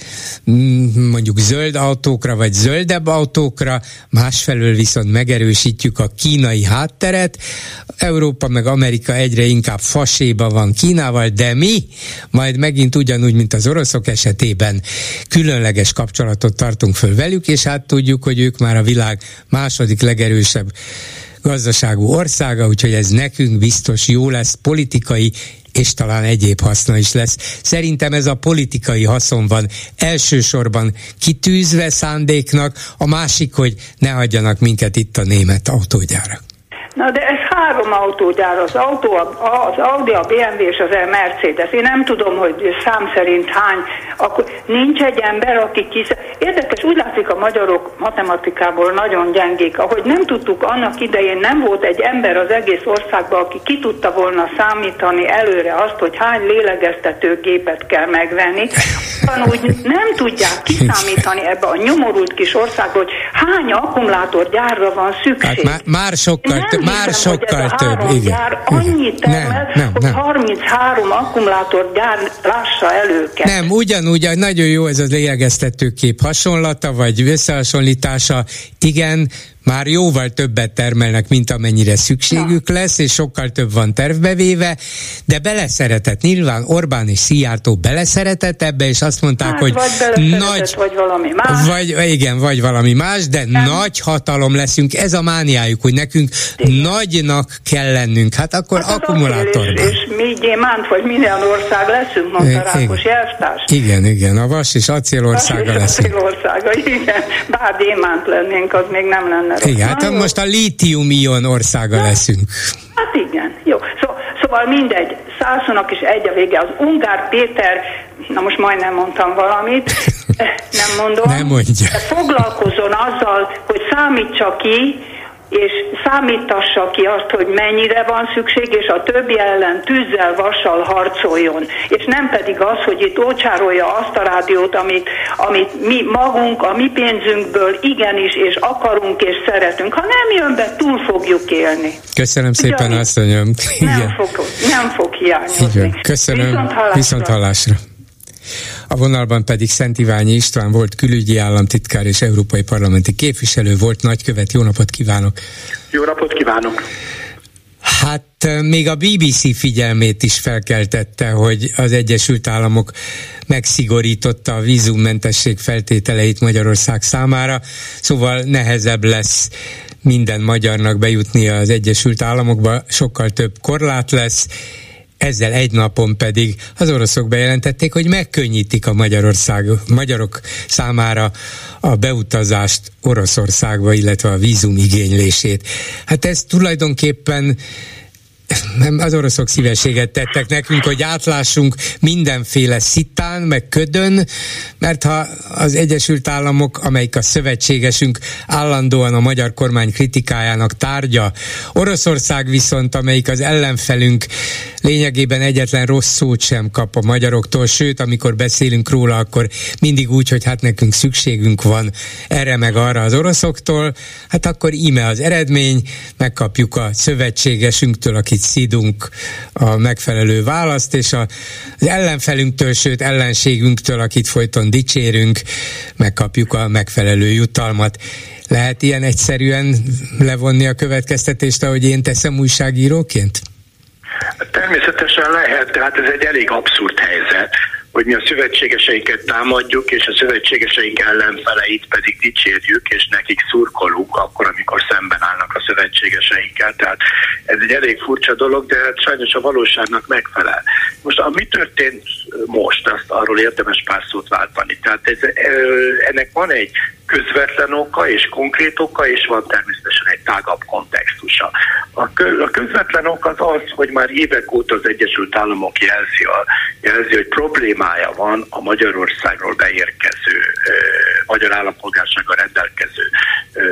mondjuk zöld autókra, vagy zöldebb autókra, másfelől viszont megerősítjük a kínai hátteret. Európa meg Amerika egyre inkább faséba van Kínával, de mi majd megint ugyanúgy, mint az oroszok esetében különleges kapcsolatot tartunk föl velük, és hát tudjuk, hogy ők már a világ második legerősebb gazdaságú országa, úgyhogy ez nekünk biztos jó lesz, politikai és talán egyéb haszna is lesz. Szerintem ez a politikai haszon van elsősorban kitűzve szándéknak, a másik, hogy ne hagyjanak minket itt a német autógyárak. Na de ez három autógyár, az autó, az Audi, a bé em vé és az a Mercedes. Én nem tudom, hogy szám szerint hány, akkor nincs egy ember, aki kis... Érdekes, úgy látszik a magyarok matematikából nagyon gyengék. Ahogy nem tudtuk annak idején, nem volt egy ember az egész országban, aki ki tudta volna számítani előre azt, hogy hány lélegeztetőgépet kell megvenni. Úgy nem tudják kiszámítani ebbe a nyomorult kis országba, hogy hány akkumulátorgyárra van szükség. Hát má- már sokkal több. Már sokkal több, igen. Annyit termel, nem, nem, nem. hogy harminchárom akkumulátorgyár lássa el őket. Nem, ugyanúgy, nagyon jó ez a lélegeztetőkép hasonlata, vagy összehasonlítása, igen, már jóval többet termelnek, mint amennyire szükségük Na. lesz, és sokkal több van tervbevéve, de beleszeretett, nyilván Orbán és Szijjártó beleszeretett ebbe, és azt mondták, hát, hogy vagy nagy, vagy valami más. Vagy, igen, vagy valami más, de nem. nagy hatalom leszünk, ez a mániájuk, hogy nekünk igen. nagynak kell lennünk, hát akkor hát akkumulátorban. És, és mi gyémánt, vagy minden ország leszünk, mondta Rákos Jelztárs. Igen, igen, a vas és acélországa leszünk. Acélországa, igen, bár gyémánt lennénk, az még nem lenne rossz. Igen, hát most a lítium-ion országa ja. leszünk. Hát igen, jó. Szó, szóval mindegy, százszónak is egy a vége. Az Ungár Péter, na most majdnem mondtam valamit, nem mondom. Nem mondja. De foglalkozzon azzal, hogy számítsa ki, és számítassa ki azt, hogy mennyire van szükség, és a többi ellen tűzzel, vassal harcoljon. És nem pedig az, hogy itt ócsárolja azt a rádiót, amit, amit mi magunk, a mi pénzünkből igenis, és akarunk, és szeretünk. Ha nem jön be, túl fogjuk élni. Köszönöm szépen, Ugyan, asszonyom. Nem fog, nem fog hiányozni. Igen. Köszönöm. Viszont hallásra. Viszont hallásra. A vonalban pedig Szent Iványi István volt külügyi államtitkár és európai parlamenti képviselő, volt nagykövet. Jó napot kívánok! Jó napot kívánok! Hát még a bé bé cé figyelmét is felkeltette, hogy az Egyesült Államok megszigorította a vízummentesség feltételeit Magyarország számára, szóval nehezebb lesz minden magyarnak bejutnia az Egyesült Államokba, sokkal több korlát lesz. Ezzel egy napon pedig az oroszok bejelentették, hogy megkönnyítik a Magyarország, magyarok számára a beutazást Oroszországba, illetve a vízum igénylését. Hát ez tulajdonképpen az oroszok szívességet tettek nekünk, hogy átlássunk mindenféle szitán, meg ködön, mert ha az Egyesült Államok, amelyik a szövetségesünk, állandóan a magyar kormány kritikájának tárgya, Oroszország viszont, amelyik az ellenfelünk, lényegében egyetlen rossz szót sem kap a magyaroktól, sőt, amikor beszélünk róla, akkor mindig úgy, hogy hát nekünk szükségünk van erre meg arra az oroszoktól, hát akkor íme az eredmény, megkapjuk a szövetségesünktől, akit szidunk, a megfelelő választ, és az ellenfelünktől, sőt ellenségünktől, akit folyton dicsérünk, megkapjuk a megfelelő jutalmat. Lehet ilyen egyszerűen levonni a következtetést, ahogy én teszem újságíróként? Természetesen lehet, tehát ez egy elég abszurd helyzet, hogy mi a szövetségeseinket támadjuk, és a szövetségeseink ellenfeleit pedig dicsérjük, és nekik szurkolunk akkor, amikor szemben állnak a szövetségeseinkkel. Tehát ez egy elég furcsa dolog, de hát sajnos a valóságnak megfelel. Most ami történt most, azt arról érdemes pár szót váltani. Tehát ez, ennek van egy közvetlen oka és konkrét oka, és van természetesen egy tágabb kontextusa. A, kö, a közvetlen ok az az, hogy már évek óta az Egyesült Államok jelzi, a, jelzi hogy problémája van a Magyarországról beérkező, ö, magyar állampolgársággal rendelkező ö,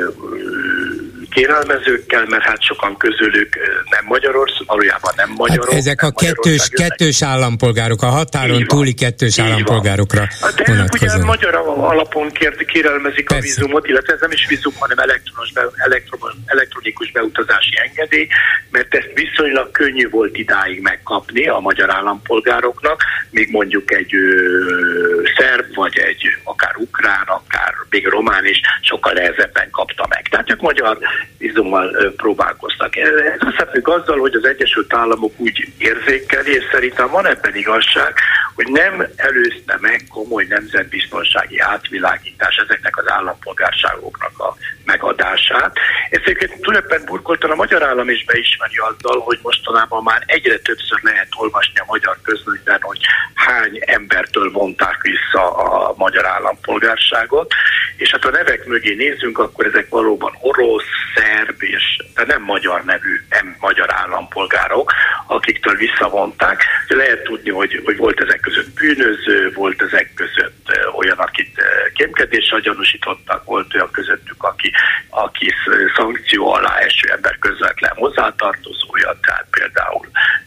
kérelmezőkkel, mert hát sokan közülük nem Magyarország, valójában nem magyarok. Hát ezek a kettős, kettős állampolgárok, a határon túli kettős állampolgárokra vonatkozóan. Ugye magyar alapon kér, kérelmezik Persze. a vízumot, illetve ez nem is vízum, hanem elektronos be, elektron, elektronikus beutazási engedély, mert ezt viszonylag könnyű volt idáig megkapni a magyar állampolgároknak, míg mondjuk egy ö, szerb, vagy egy akár ukrán, akár még román is sokkal nehezebben kapta meg. Tehát ők magyar vízummal próbálkoztak. Ez összefügg azzal, hogy az Egyesült Államok úgy érzékeli, és szerintem van ebben igazság, hogy nem előzte meg komoly nemzetbiztonsági átvilágítás ezeknek az állampolgárságoknak a megadását. Ezt egyébként tulajdonképpen burkoltan a magyar állam is beismeri azzal, hogy mostanában már egyre többször lehet olvasni a magyar közlönyben, hogy hány embertől vonták vissza a magyar állampolgárságot, és hát a nevek mögé nézzünk, akkor ezek valóban orosz, szerb és de nem magyar nevű, nem magyar állampolgárok, akiktől visszavonták. Lehet tudni, hogy, hogy volt ezek között bűnöző, volt ezek között olyan, akit kémkedéssel gyanúsítottak, volt olyan közöttük, aki, aki szankció alá eső ember közvetlen hozzátartozója, tehát például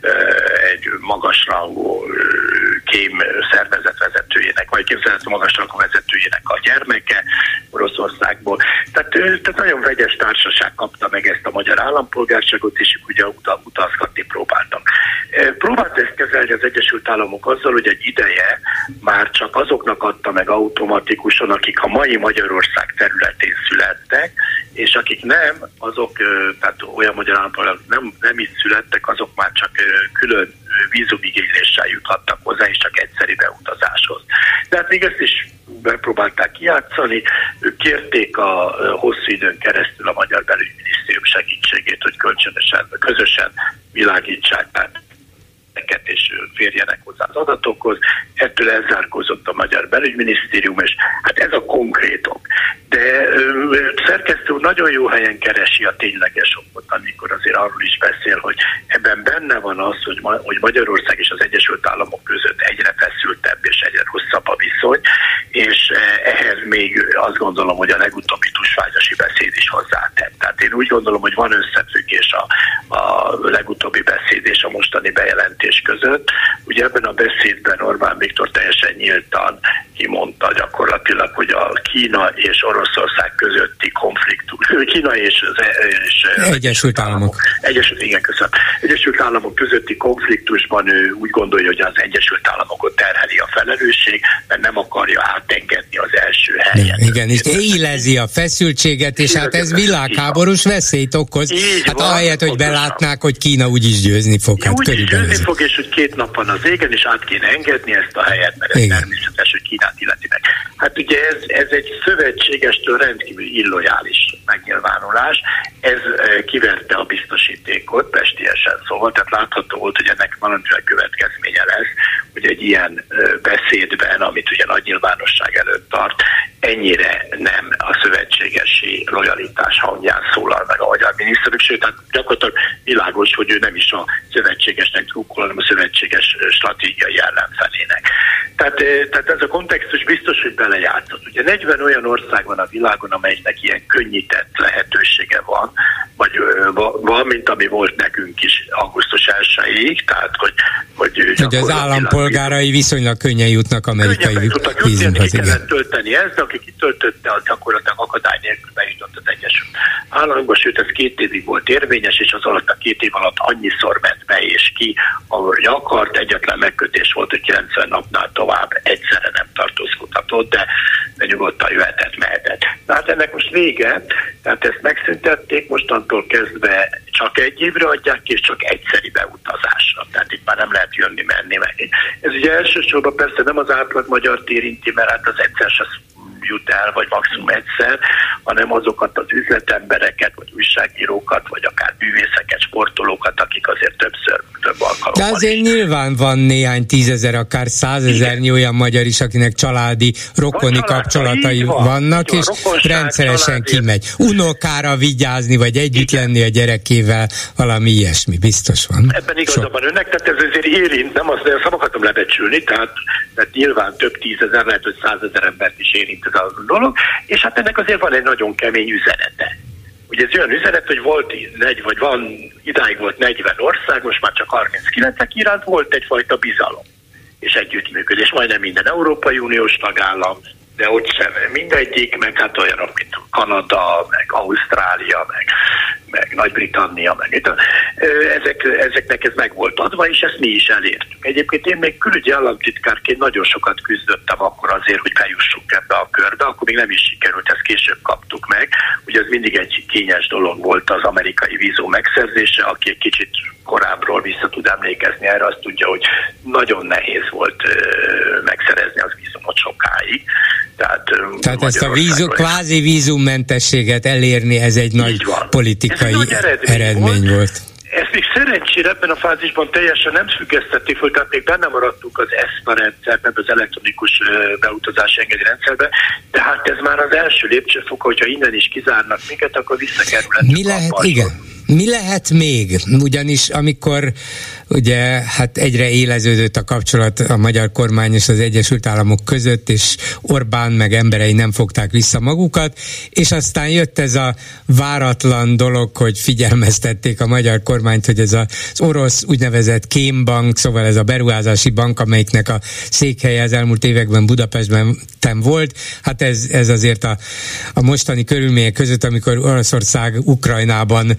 egy magasrangú kém szervezet vezetőjének, vagy kémszervezet magasrangú vezetőjének a gyermeke Oroszországból. Tehát, tehát nagyon vegyes társaság kapta meg ezt a magyar állampolgárságot, és ugye utazgatni próbáltak. Próbált ezt kezelni az Egyesült Államok azzal, hogy egy ideje már csak azoknak adta meg automatikusan, akik a mai Magyarország területén születtek, és akik nem, azok, tehát olyan magyar állampolgárok nem, nem is születtek, azok már csak külön vízumigényléssel juthattak hozzá, és csak egyszeri beutazáshoz. De hát még ezt is megpróbálták kijátszani, ők kérték a hosszú időn keresztül a Magyar Belügyminisztérium segítségét, hogy kölcsönösen, közösen világítsák és férjenek hozzá az adatokhoz. Ettől elzárkózott a Magyar Belügyminisztérium, és hát ez a konkrétok. De ö, szerkesztő nagyon jó helyen keresi a tényleges okot, amikor azért arról is beszél, hogy ebben benne van az, hogy, ma, hogy Magyarország és az Egyesült Államok között egyre feszültebb és egyre rosszabb a viszony, és ehhez még azt gondolom, hogy a legutóbbi tusványasi beszéd is hozzátett. Tehát én úgy gondolom, hogy van összefüggés a, a legutóbbi beszéd és a mostani bejelentés között. Ugye ebben a beszédben Orbán Viktor teljesen nyíltan kimondta gyakorlatilag, hogy a Kína és Oroszország közötti konfliktus, Kína és az és Egyesült Államok. Egyesült, igen, köszönöm. Egyesült Államok közötti konfliktusban ő úgy gondolja, hogy az Egyesült Államokot terheli a felelősség, mert nem akarja átengedni az első helyen. Igen, és élezi a feszültséget, és hát ez világháborús veszélyt okoz. Így hát van, ahelyett, hogy belátnák, hogy Kína úgyis győzni fog. Hát úgy is körülbelül. győzni fog, és hogy két nap van az égen, és át kéne engedni ezt a helyet, mert ez természetes, hogy Kínát illeti meg. Hát ugye ez, ez egy szövetségestől rendkívül illojális megnyilvánulás. Ez e, kiverte a biztosítékot, pestiesen szóval, tehát látható volt, hogy ennek valamiféle következménye lesz, hogy egy ilyen e, beszédben, amit ugye nagy nyilvánosság előtt tart, ennyire nem a szövetségesi lojalitás hangján szólal meg a magyar miniszterük, sőt, tehát gyakorlatilag világos, hogy ő nem is a szövetségesnek trukkol, hanem a szövetséges stratégiai ellenfelének. Tehát, tehát ez a kontextus biztos, hogy belejátszott. Ugye negyven olyan ország van a világon, amelynek ilyen könnyített lehetősége van, vagy van, mint ami volt nekünk is augusztus elsejéig, tehát hogy, hogy, hogy az állampolgárai viszonylag könnyen jutnak amerikai vízumhoz. Ki kellett tölteni ezt, de aki kitöltötte, az gyakorlatilag akadály nélkül bejutott az Egyesült Államokba, sőt ez két évig volt érvényes, és az alatt a két év alatt annyiszor ment be és ki, ahogy akart, egyetlen megkötés volt, hogy kilencven napnál tovább egyszerre nem tartózkodhatott, de, de nyugodtan jöhetett, mehetett. Tehát ennek most vége, tehát ezt megszüntették, mostantól kezdve csak egy évre adják ki, és csak egyszeri beutazásra. Tehát itt már nem lehet jönni, menni, menni. Ez ugye elsősorban persze nem az átlag magyart érinti, mert hát az egyszer se jut el, vagy maximum egyszer, hanem azokat az üzletembereket, vagy újságírókat, vagy akár művészeket, sportolókat, akik azért többször, több alkalommal. De azért is. Nyilván van néhány tízezer, akár százezernyi olyan magyar is, akinek családi, rokoni család, kapcsolatai van, vannak, van, és rokonság, rendszeresen családi. Kimegy. Unokára vigyázni, vagy együtt igen. lenni a gyerekével, valami ilyesmi, biztos van. Ebben igazán van önnek, tehát ez azért érint, nem azt, azt akarom lebecsülni, tehát, tehát nyilván több tízezer, lehet, hogy százezer embert is érint ez a dolog, és hát ennek azért van egy nagyon kemény üzenete. Ugye ez olyan üzenet, hogy volt, negy, vagy van, idáig volt negyven ország, most már csak harminckilencek iránt volt egyfajta bizalom és együttműködés. Majdnem minden Európai Uniós tagállam, de ott sem mindegyik, meg hát olyanok, mint Kanada, meg Ausztrália, meg, meg Nagy-Britannia, meg ezek, ezeknek ez meg volt adva, és ezt mi is elértük. Egyébként én még külügyi államtitkárként nagyon sokat küzdöttem akkor azért, hogy bejussunk ebbe a körbe, akkor még nem is sikerült, ezt később kaptuk meg. Ugye ez mindig egy kényes dolog volt az amerikai vízum megszerzése, aki egy kicsit korábbról vissza tud emlékezni erre, azt tudja, hogy nagyon nehéz volt ö, megszerezni az vízumot sokáig. Tehát, Tehát ezt a vízum, kvázi vízummentességet elérni, ez egy nagy politikai egy nagy eredmény, eredmény volt. volt. Ezt még szerencsére ebben a fázisban teljesen nem függesztették föl, tehát még benne maradtunk az ESPA rendszerben, az elektronikus beutazási engedélyrendszerben, de hát ez már az első lépcsőfok, hogyha innen is kizárnak minket, akkor visszakerülhetünk. Mi lehet, igen. Mi lehet még? Ugyanis amikor ugye hát egyre éleződött a kapcsolat a magyar kormány és az Egyesült Államok között, és Orbán meg emberei nem fogták vissza magukat, és aztán jött ez a váratlan dolog, hogy figyelmeztették a magyar kormányt, hogy ez az orosz úgynevezett kémbank, szóval ez a beruházási bank, amelyiknek a székhelye az elmúlt években Budapestben volt, hát ez, ez azért a, a mostani körülmények között, amikor Oroszország Ukrajnában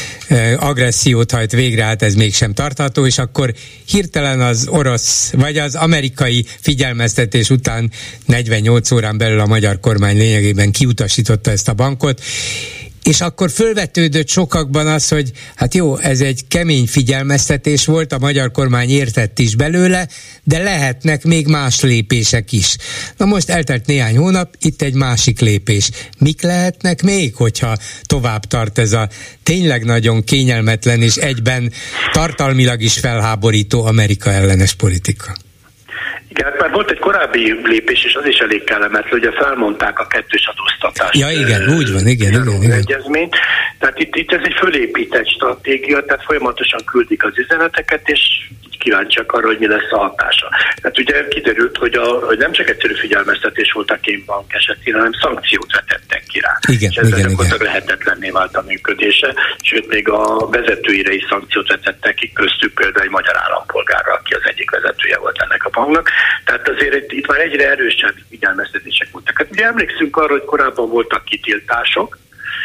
agressziót hajt végre, hát ez mégsem tartható, és akkor hirtelen az orosz, vagy az amerikai figyelmeztetés után negyvennyolc órán belül a magyar kormány lényegében kiutasította ezt a bankot, és akkor fölvetődött sokakban az, hogy hát jó, ez egy kemény figyelmeztetés volt, a magyar kormány értett is belőle, de lehetnek még más lépések is. Na most eltelt néhány hónap, itt egy másik lépés. Mik lehetnek még, hogyha tovább tart ez a tényleg nagyon kényelmetlen és egyben tartalmilag is felháborító Amerika ellenes politika? Igen, már volt egy korábbi lépés, és az is elég kellemetlen, ugye felmondták a kettős adóztatást. Ja, igen, úgy van, igen, igen, igen. Egyezményt. Tehát itt, itt ez egy fölépített stratégia, tehát folyamatosan küldik az üzeneteket, és kíváncsiak arra, hogy mi lesz a hatása. Tehát ugye kiderült, hogy, a, hogy nem csak egyszerű figyelmeztetés volt a kémbank esetén, hanem szankciót vetettek ki rá. Igen, és ezzel igen, gyakorlatilag lehetetlenné vált a működése, sőt még a vezetőire is szankciót vetettek ki, köztük például egy magyar állampolgárra, aki az egyik vezetője volt ennek a banknak. Tehát azért itt, itt már egyre erősebb figyelmeztetések voltak. Hát ugye emlékszünk arra, hogy korábban voltak kitiltások,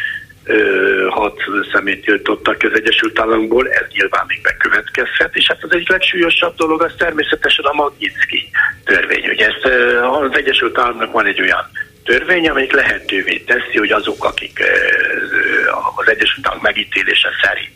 hat szemét tiltottak az Egyesült Államokból, ez nyilván még bekövetkezhet, és hát az egyik legsúlyosabb dolog az természetesen a Magnitsky törvény. Ugye ezt az Egyesült Államoknak van egy olyan törvény, amelyik lehetővé teszi, hogy azok, akik az Egyesült Államok megítélése szerint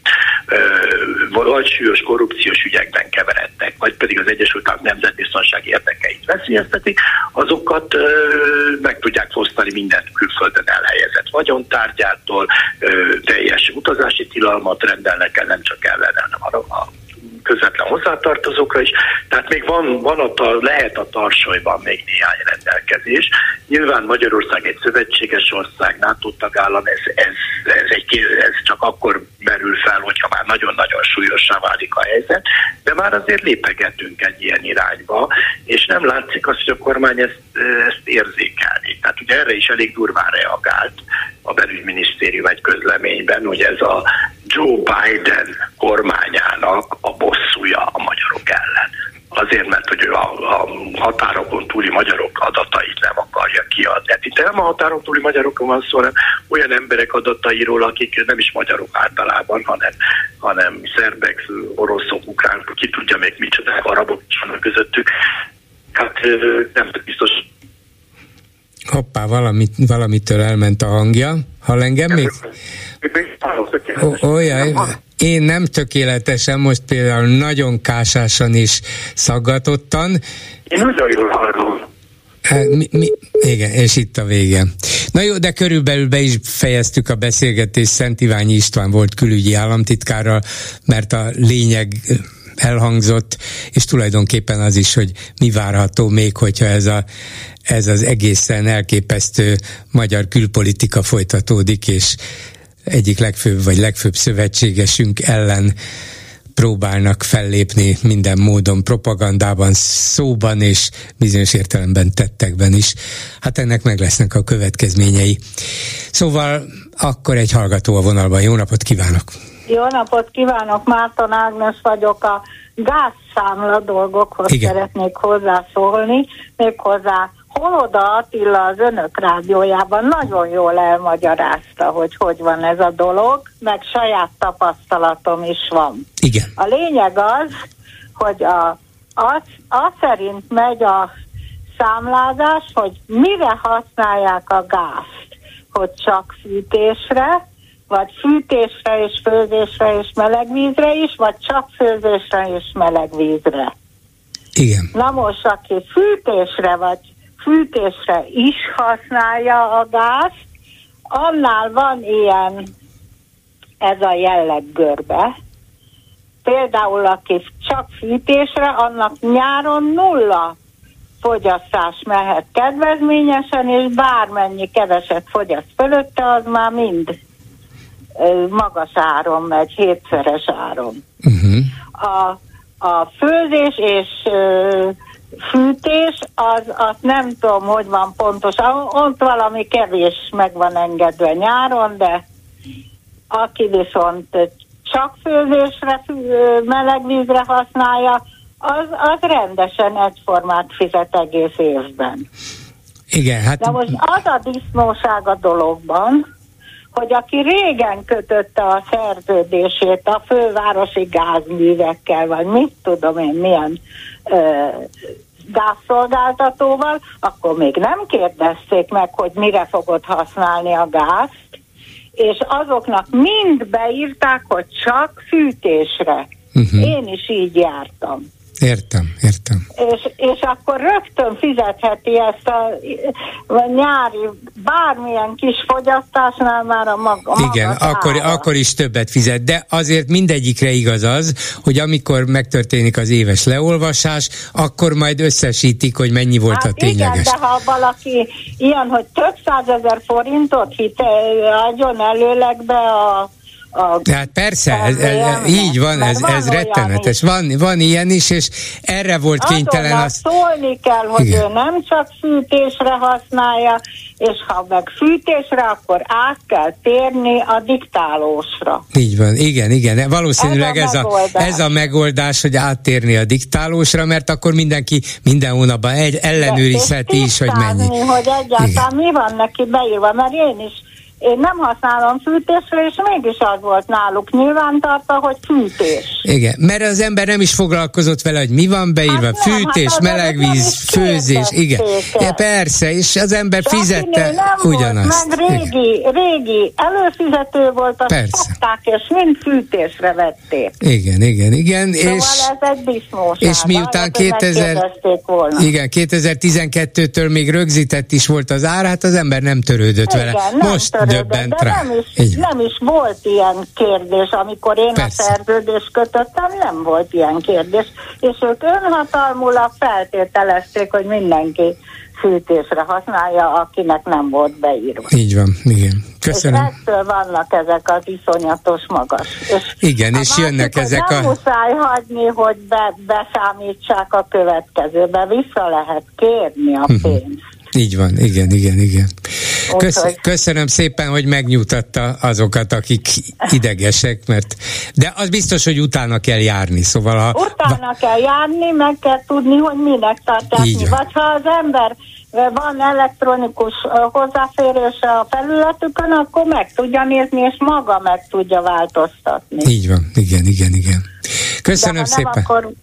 vagy súlyos korrupciós ügyekben keveredtek, vagy pedig az Egyesült Államok nemzetbiztonsági érdekeit veszélyeztetik, azokat meg tudják fosztani minden külföldön elhelyezett vagyontárgyától, teljes utazási tilalmat rendelnek el, nem csak ellen, hanem a közvetlen hozzátartozókra is. Tehát még van, van a tar- lehet a tarsolyban még néhány rendelkezés. Nyilván Magyarország egy szövetséges ország, NATO tagállam, ez, ez, ez, egy, ez csak akkor merül fel, hogyha már nagyon-nagyon súlyossá válik a helyzet, de már azért lépegetünk egy ilyen irányba, és nem látszik az, hogy a kormány ezt, ezt érzékelni. Tehát ugye erre is elég durván reagált a belügyminisztérium egy közleményben, hogy ez a Joe Biden kormányának a bosszúja a magyarok ellen. Azért, mert hogy ő a, a határokon túli magyarok adatait nem akarja kiadni. Hát itt nem a határon túli magyarokon van szó, hanem olyan emberek adatairól, akik nem is magyarok általában, hanem, hanem szerbek, oroszok, ukránok, ki tudja még micsoda, arabok is vannak közöttük. Hát nem biztos. Hoppá, valamit, valamitől elment a hangja. Hall engem még? Olyan, én nem tökéletesen, most például nagyon kásásan és szaggatottan. Én nagyon jól hallom. Mi, mi, igen, és itt a vége. Na jó, de körülbelül be is fejeztük a beszélgetést. Szent Iványi István volt külügyi államtitkárral, mert a lényeg elhangzott, és tulajdonképpen az is, hogy mi várható még, hogyha ez, a, ez az egészen elképesztő magyar külpolitika folytatódik, és egyik legfőbb vagy legfőbb szövetségesünk ellen próbálnak fellépni minden módon, propagandában, szóban és bizonyos értelemben tettekben is. Hát ennek meg lesznek a következményei. Szóval akkor egy hallgató a vonalban. Jó napot kívánok! Jó napot kívánok, Márton Ágnes vagyok, a gázszámla dolgokhoz Igen. szeretnék hozzászólni, méghozzá Holoda Attila az önök rádiójában nagyon jól elmagyarázta, hogy hogy van ez a dolog, meg saját tapasztalatom is van. Igen. A lényeg az, hogy a, az, az szerint megy a számlázás, hogy mire használják a gázt, hogy csak fűtésre, vagy fűtésre és főzésre és melegvízre is, vagy csak főzésre és melegvízre. Igen. Na most, aki fűtésre vagy fűtésre is használja a gázt, annál van ilyen, ez a jelleggörbe. Például, aki csak fűtésre, annak nyáron nulla fogyasztás mehet kedvezményesen, és bármennyi keveset fogyaszt fölötte, az már mind magas áron megy, hétszeres áron. Uh-huh. A, a főzés és ö, fűtés, az, az nem tudom, hogy van pontosan, ott valami kevés meg van engedve nyáron, de aki viszont csak főzésre, melegvízre használja, az, az rendesen egyformát fizet egész évben. Igen, hát... De most az a disznóság a dologban, hogy aki régen kötötte a szerződését a fővárosi gázművekkel, vagy mit tudom én, milyen ö, gázszolgáltatóval, akkor még nem kérdezték meg, hogy mire fogod használni a gázt, és azoknak mind beírták, hogy csak fűtésre. Uh-huh. Én is így jártam. Értem, értem. És, és akkor rögtön fizetheti ezt a, a nyári bármilyen kis fogyasztásnál már a maga. Igen, maga akkor, akkor is többet fizet, de azért mindegyikre igaz az, hogy amikor megtörténik az éves leolvasás, akkor majd összesítik, hogy mennyi volt hát a tényleges. Igen, de ha valaki ilyen, hogy több százezer forintot hit, adjon előleg be a A, hát persze, ez, ez, így van, ez, ez rettenetes. Van, van ilyen is, és erre volt kénytelen azt... szólni kell, hogy igen. Ő nem csak fűtésre használja, és ha meg fűtésre, akkor át kell térni a diktálósra. Így van, igen, igen. Valószínűleg ez a, ez a, ez a megoldás, hogy áttérni a diktálósra, mert akkor mindenki minden hónapban egy, ellenőrizheti is, hogy mennyi. Hogy egyáltalán igen. Mi van neki beírva, mert én is Én nem használom fűtésre, és mégis az volt náluk nyilvántartva, hogy fűtés. Igen, mert az ember nem is foglalkozott vele, hogy mi van beírva, hát nem, fűtés, hát melegvíz, főzés, igen. Ja, persze, és az ember de fizette ugyanazt. Volt, meg régi, régi előfizető volt, azt fogták, és mind fűtésre vették. Igen, igen, igen. Szóval és, ez egy disznóság. És miután kétezer, igen, kétezer-tizenkettőtől még rögzített is volt az ár, hát az ember nem törődött igen, vele. Nem Most törődött, döbbent de rá. Nem is, nem is volt ilyen kérdés, amikor én persze. A szerződést kötöttem, nem volt ilyen kérdés, és ők önhatalmulag feltételezték, hogy mindenki fűtésre használja, akinek nem volt beírva. Így van, igen. Köszönöm. És ettől vannak ezek az iszonyatos magas. És igen, és jönnek ezek nem a... Nem muszáj hagyni, hogy be, beszámítsák a következőbe, vissza lehet kérni a pénzt. Így van, igen, igen, igen. Kösz, köszönöm szépen, hogy megnyugtatta azokat, akik idegesek, mert de az biztos, hogy utána kell járni, szóval ha... Utána kell járni, meg kell tudni, hogy minek tartják. Vagy ha az ember van elektronikus hozzáférése a felületükön, akkor meg tudja nézni, és maga meg tudja változtatni. Így van, igen, igen, igen. Köszönöm nem, szépen.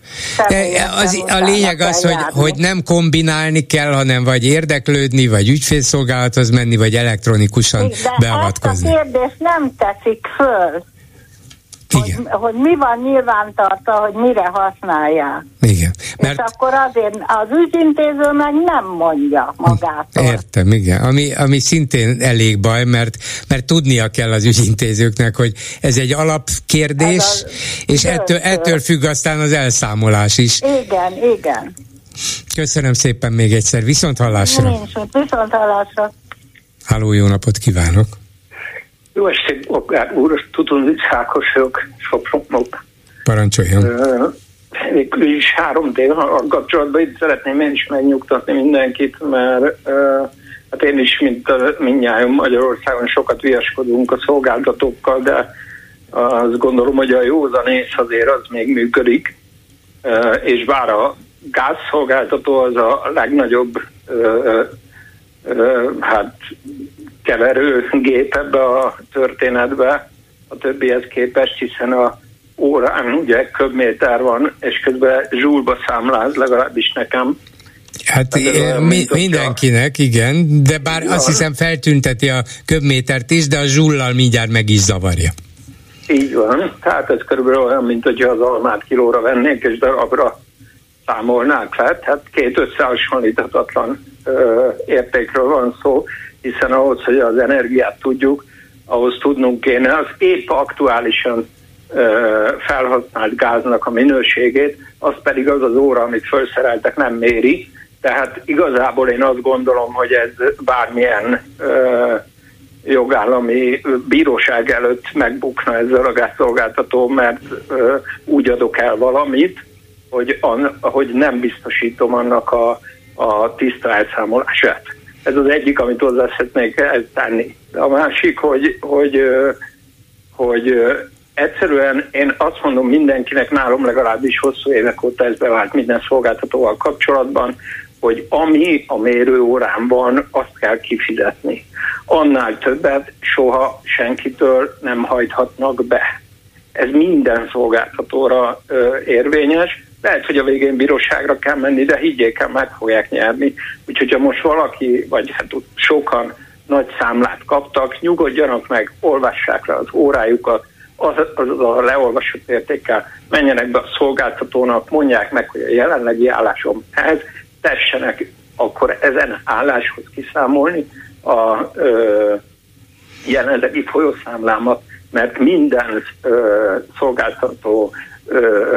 Az, a lényeg az, hogy, hogy nem kombinálni kell, hanem vagy érdeklődni, vagy ügyfélszolgálathoz menni, vagy elektronikusan de beavatkozni. De ezt a kérdést nem teszik föl. Hogy, hogy mi van nyilvántartva, hogy mire használják. Igen. Mert... És akkor azért az ügyintéző meg nem mondja magától. Értem, igen. Ami, ami szintén elég baj, mert, mert tudnia kell az ügyintézőknek, hogy ez egy alapkérdés, és ettől, ettől függ aztán az elszámolás is. Igen, igen. Köszönöm szépen még egyszer. Viszont hallásra. Nincs, viszont hallásra. Halló, jó napot kívánok. Jó estét, Bogár úr, tudom, Szákos vagyok, Sopronból. Parancsoljon. Végül is három témával kapcsolatban itt szeretném én is megnyugtatni mindenkit, mert uh, hát én is, mint mindnyájan Magyarországon sokat viaskodunk a szolgáltatókkal, de azt gondolom, hogy a józanész azért az még működik, uh, és bár a gázszolgáltató az a legnagyobb uh, uh, hát keverőgép ebbe a történetbe a többihez képest, hiszen a órán ugye köbméter van, és közben zsúlba számláz, legalábbis nekem. Hát hát mi, mindenkinek, a... igen, de bár ja. Azt hiszem feltünteti a köbmétert is, de a zsullal mindjárt meg is zavarja. Így van, tehát ez körülbelül olyan, mint hogyha az almát kilóra vennék, és darabra számolnák le, tehát két összehasonlíthatatlan ö, értékről van szó, hiszen ahhoz, hogy az energiát tudjuk, ahhoz tudnunk kéne az épp aktuálisan ö, felhasznált gáznak a minőségét, az pedig az az óra, amit felszereltek, nem méri. Tehát igazából én azt gondolom, hogy ez bármilyen ö, jogállami bíróság előtt megbukna ezzel a gázszolgáltató, mert ö, úgy adok el valamit, hogy, an, hogy nem biztosítom annak a, a tiszta elszámolását. Ez az egyik, amit hozzá szeretnék tenni. A másik, hogy, hogy, hogy egyszerűen én azt mondom mindenkinek, nálam legalábbis hosszú évek óta ez bevált minden szolgáltatóval kapcsolatban, hogy ami a mérőórán van, azt kell kifizetni. Annál többet soha senkitől nem hajthatnak be. Ez minden szolgáltatóra ö, érvényes. Lehet, hogy a végén bíróságra kell menni, de higgyék el, meg fogják nyerni. Úgyhogy ha most valaki, vagy hát sokan nagy számlát kaptak, nyugodjanak meg, olvassák le az órájukat, az, az a leolvasott értékkel menjenek be a szolgáltatónak, mondják meg, hogy a jelenlegi állásom ez, tessenek akkor ezen álláshoz kiszámolni a ö, jelenlegi folyószámlámat, mert minden ö, szolgáltató ö,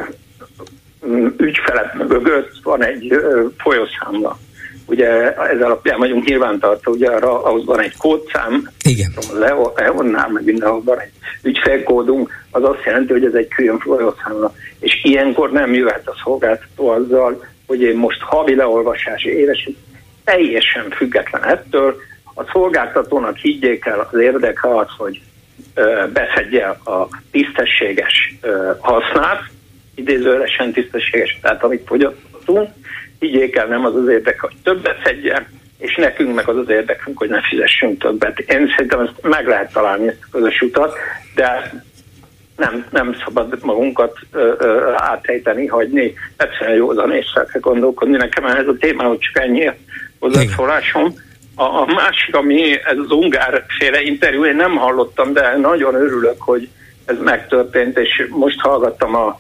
ügyfelet mögött van egy ö, folyószámla. Ugye ez alapján vagyunk nyilvántartó, ugye arra, ahhoz van egy kódszám, a Leonnál, meg mindenhol van egy ügyfélkódunk, az azt jelenti, hogy ez egy külön folyószámla. És ilyenkor nem jöhet a szolgáltató azzal, hogy én most havi leolvasási éves, teljesen független ettől, a szolgáltatónak higgyék el az érdeke az, hogy ö, beszedje a tisztességes ö, hasznát, idézőjelesen tisztességes, tehát amit fogyasztunk, higgyék el, nem az az érdeke, hogy többet szedjen, és nekünk meg az az érdekünk, hogy ne fizessünk többet. Én szerintem ezt meg lehet találni, ezt a közös utat, de nem, nem szabad magunkat ö, ö, áthelyteni, hagyni. Egyszerűen józan észre kell gondolkodni. Nekem ez a témához csak ennyi hozzászólásom. A, a másik, ami ez az ungár féle interjú, én nem hallottam, de nagyon örülök, hogy ez megtörtént, és most hallgattam a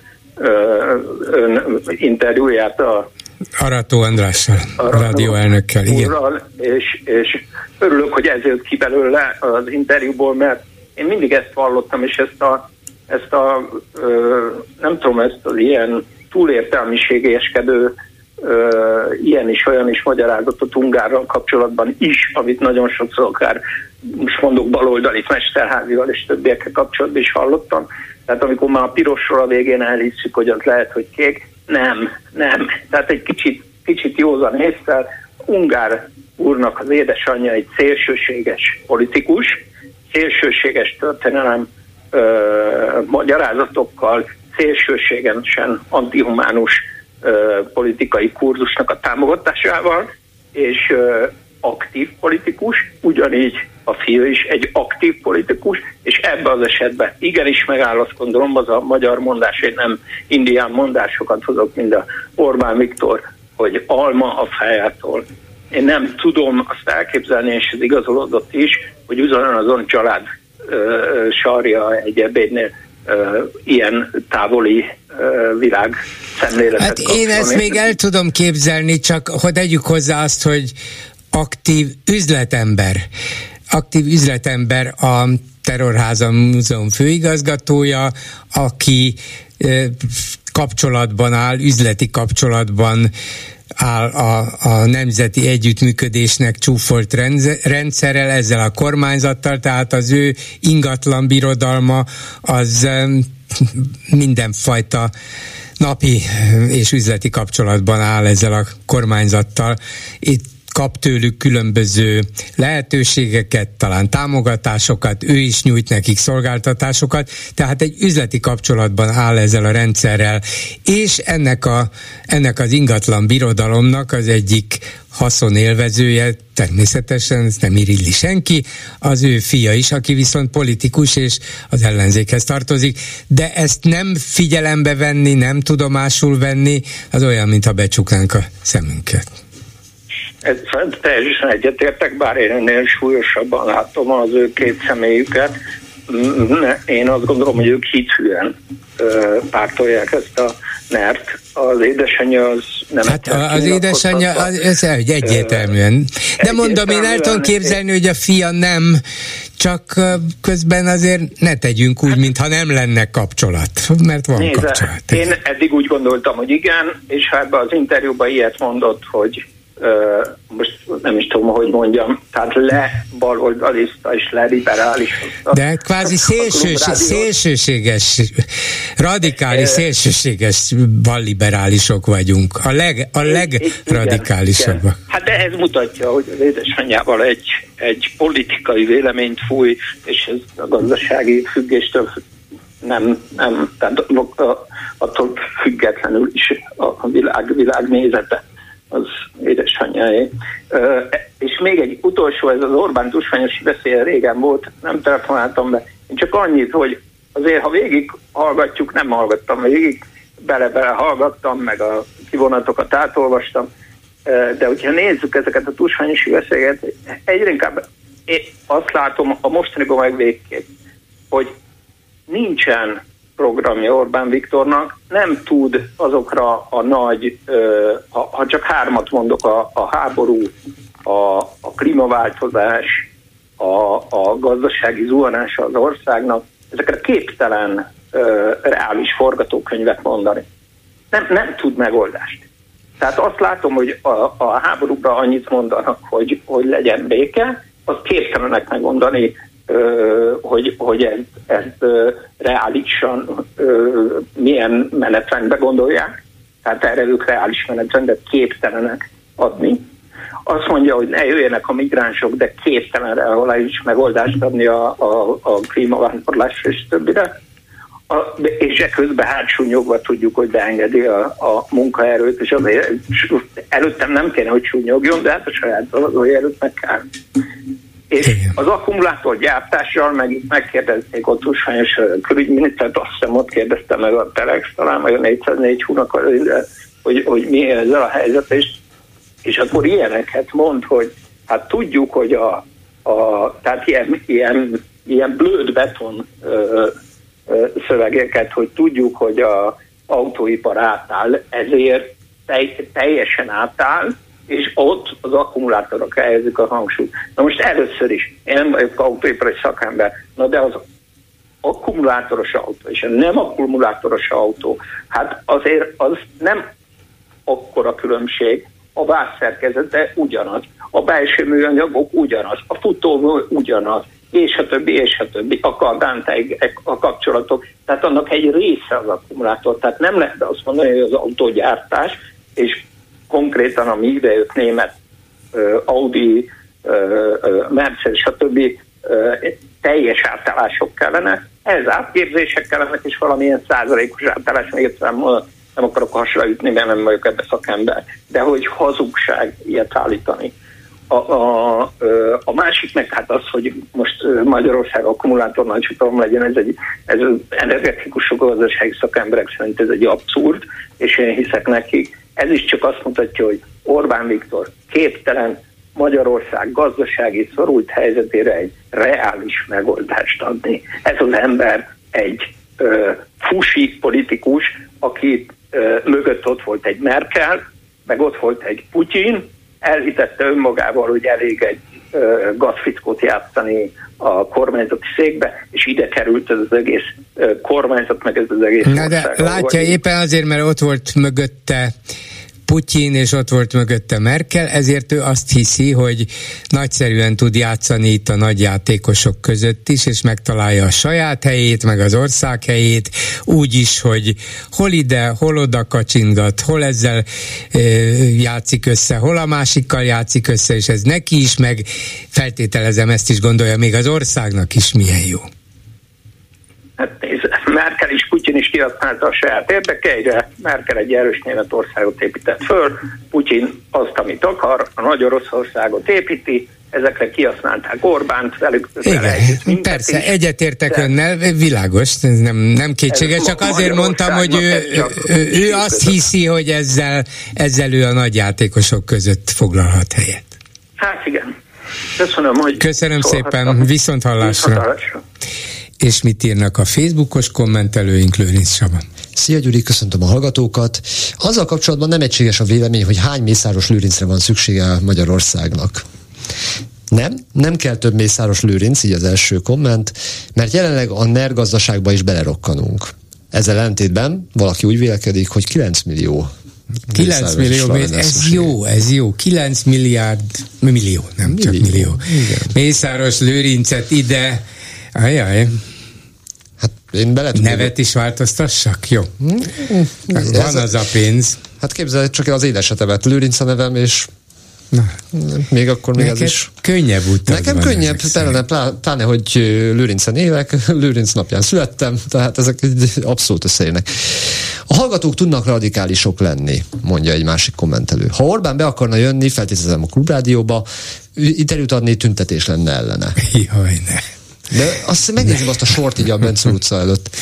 ö, ön interjúját a Arató Andrással, a rádióelnökkel, igen. Úrral, és, és örülök, hogy ez jött ki belőle az interjúból, mert én mindig ezt vallottam, és ezt a, ezt a ö, nem tudom, ezt az ilyen túlértelmiségeskedő ö, ilyen is, olyan is magyarázatot Ungárral kapcsolatban is, amit nagyon sokszor akár, most mondok baloldali Mesterházival és többiekkel kapcsolatban is hallottam. Tehát amikor már a pirosról a végén elhisszük, hogy az lehet, hogy kék, nem, nem. Tehát egy kicsit, kicsit józan észre, Ungár úrnak az édesanyja egy szélsőséges politikus, szélsőséges történelem ö, magyarázatokkal, szélsőségesen antihumánus ö, politikai kurzusnak a támogatásával, és ö, aktív politikus, ugyanígy a fia is egy aktív politikus, és ebben az esetben igenis megáll, azt gondolom, az a magyar mondás, én nem indián mondásokat hozok, mint a Orbán Viktor, hogy alma a fejától. Én nem tudom azt elképzelni, és ez igazolódott is, hogy ugyanazon család ö, sarja egy ebédnél ö, ilyen távoli ö, világ szemléletet Hát én ezt kapcsolni. még el tudom képzelni, csak hogy tegyük hozzá azt, hogy aktív üzletember. Aktív üzletember a Terrorháza Múzeum főigazgatója, aki kapcsolatban áll, üzleti kapcsolatban áll a, a nemzeti együttműködésnek csúfolt rendszerrel, ezzel a kormányzattal, tehát az ő ingatlan birodalma az mindenfajta napi és üzleti kapcsolatban áll ezzel a kormányzattal. Itt kap tőlük különböző lehetőségeket, talán támogatásokat, ő is nyújt nekik szolgáltatásokat, tehát egy üzleti kapcsolatban áll ezzel a rendszerrel, és ennek, a, ennek az ingatlan birodalomnak az egyik haszonélvezője, természetesen ezt nem irilli senki, az ő fia is, aki viszont politikus és az ellenzékhez tartozik, de ezt nem figyelembe venni, nem tudomásul venni, az olyan, mintha becsuknánk a szemünket. Ez teljesen egyetértek, bár én ennél súlyosabban látom az ő két személyüket. Én azt gondolom, hogy ők hithűen pártolják ezt a nert. Az édesanyja az nem... Hát az édesanyja, az, az egyértelműen. De mondom, én el tudom képzelni, hogy a fia nem, csak közben azért ne tegyünk úgy, mintha nem lenne kapcsolat, mert van Nézze, kapcsolat. Én eddig úgy gondoltam, hogy igen, és hát az interjúban ilyet mondott, hogy Uh, most nem is tudom, hogy mondjam, tehát le baloldalista és le liberális. De kvázi szélsős, szélsőséges, radikális, szélsőséges balliberálisok vagyunk. A, leg, a legradikálisabbak. Hát de ez mutatja, hogy az édesanyjával egy, egy politikai véleményt fúj, és ez a gazdasági függéstől nem, nem tehát attól függetlenül is a világ, világ nézete az édesanyja anyáé. És még egy utolsó, ez az Orbán tusványosi beszél régen volt, nem telefonáltam be. Én csak annyit, hogy azért, ha végig hallgatjuk, nem hallgattam végig, bele-bele hallgattam, meg a kivonatokat átolvastam, de hogyha nézzük ezeket a tusványosi beszélget, egyre inkább én azt látom a mostaniban meg végképp, hogy nincsen programja Orbán Viktornak, nem tud azokra a nagy, ha, ha csak hármat mondok, a, a háború, a, a klímaváltozás, a, a gazdasági zuhanása az országnak, ezekre képtelen reális forgatókönyvet mondani. Nem, nem tud megoldást. Tehát azt látom, hogy a, a háborúra annyit mondanak, hogy, hogy legyen béke, azt képtelenek megmondani, hogy, hogy ezt, ezt reálisan milyen menetrendbe gondolják. Tehát erre ők reális menetrendet képtelenek adni. Azt mondja, hogy ne jöjjenek a migránsok, de képtelen reális megoldást adni a, a, a klímavándorlásra és többire. A, és ekközben hát súnyogva tudjuk, hogy beengedi a, a munkaerőt, és azért előttem nem kéne, hogy súnyogjon, de hát a saját dolgozói előtt meg kell. És az akkumulátorgyártással meg, megkérdezték ott tusványos külügyminisztert, azt hiszem ott kérdezte meg a Telex, talán meg a négyszáznégy húnak, hogy, hogy mi ezzel a helyzet, és, és akkor ilyeneket mond, hogy hát tudjuk, hogy a, a tehát ilyen, ilyen, ilyen blőd beton ö, ö, szövegeket, hogy tudjuk, hogy a autóipar átáll, ezért tej, teljesen átáll, és ott az akkumulátorokra helyezik a hangsúlyt. Na most először is, én nem vagyok autóipari szakember, na de az akkumulátoros autó és a nem akkumulátoros autó, hát azért az nem akkora különbség, a vászszerkezete ugyanaz, a belső műanyagok ugyanaz, a futómű ugyanaz, és a többi, és a többi, a kardánteig, a kapcsolatok, tehát annak egy része az akkumulátor, tehát nem lehet azt mondani, hogy az autógyártás, és konkrétan a mi idejük német uh, Audi, uh, uh, Mercedes, stb. Uh, teljes átállások kellene, ez átképzések kellenek, és valamilyen százalékos átállás, még egyszer nem akarok hasra ütni, mert nem vagyok ebbe szakember, de hogy hazugság ilyet állítani. A, a, a másik meg hát az, hogy most Magyarország akkumulátor nagyhatalom legyen, ez egy ez energetikusok, gazdasági szakemberek szerint ez egy abszurd, és én hiszek nekik. Ez is csak azt mutatja, hogy Orbán Viktor képtelen Magyarország gazdasági szorult helyzetére egy reális megoldást adni. Ez az ember egy ö, fusi politikus, aki ö, mögött ott volt egy Merkel, meg ott volt egy Putyin, elhitette önmagával, hogy elég egy ö, gazfickót játszani a kormányzati székbe, és ide került ez az egész ö, kormányzat, meg ez az egész Na de látja, éppen azért, mert ott volt mögötte Putyin, és ott volt mögötte Merkel, ezért ő azt hiszi, hogy nagyszerűen tud játszani itt a nagy játékosok között is, és megtalálja a saját helyét, meg az ország helyét, úgy is, hogy hol ide, hol oda kacsingat, hol ezzel e, játszik össze, hol a másikkal játszik össze, és ez neki is, meg feltételezem, ezt is gondolja, még az országnak is milyen jó. Hát Merkel is, Putyin is kihasználta a saját érdekeire, Merkel egy erős Németországot épített föl, Putyin azt, amit akar, a nagy Oroszországot építi, ezekre kihasználták Orbánt, velük Igen, persze, is, egyetértek de... önnel, világos, nem, nem kétséges, csak azért mondtam, hogy ő, ő, ő azt hiszi, hogy ezzel, ezzel ő a nagy játékosok között foglalhat helyet. Hát igen. Köszönöm, hogy Köszönöm szépen, viszont hallásra. Viszont hallásra. És mit írnak a Facebookos kommentelőink, Lőrinc Saba? Szia Gyuri, köszöntöm a hallgatókat. Azzal kapcsolatban nem egységes a vélemény, hogy hány Mészáros Lőrincre van szüksége Magyarországnak. Nem, nem kell több Mészáros Lőrinc, így az első komment, mert jelenleg a NER gazdaságba is belerokkanunk. Ezzel ellentétben valaki úgy vélekedik, hogy kilenc millió kilenc millió, ez jó, ez jó. kilenc milliárd, millió, nem millió, csak millió. Igen. Mészáros Lőrincet ide, ajaj. Hát én bele tudom. Nevet is változtassak? Jó. Van ez az a pénz. Hát képzelj csak az édesetemet, Lőrinc a nevem, és na, még akkor még ez is könnyebb utad. Nekem könnyebb, pláne, pláne, hogy Lőrincen élek, Lőrinc napján születtem, tehát ezek abszolút összeérnek. A hallgatók tudnak radikálisok lenni, mondja egy másik kommentelő. Ha Orbán be akarna jönni, feltételezem a Klubrádióba, interjút adni, tüntetés lenne ellene. Jaj, ne. De azt megnézzük azt a sort így a Bence utca előtt.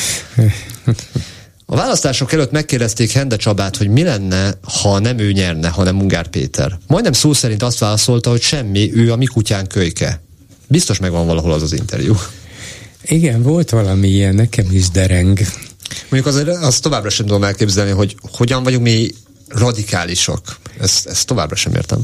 A választások előtt megkérdezték Hende Csabát, hogy mi lenne, ha nem ő nyerne, hanem Ungár Péter. Majdnem szó szerint azt válaszolta, hogy semmi, ő a mi kutyán kölyke. Biztos megvan valahol az az interjú. Igen, volt valami ilyen, nekem is dereng. Mondjuk azért azt továbbra sem tudom elképzelni, hogy hogyan vagyunk mi radikálisok. Ezt, ezt továbbra sem értem.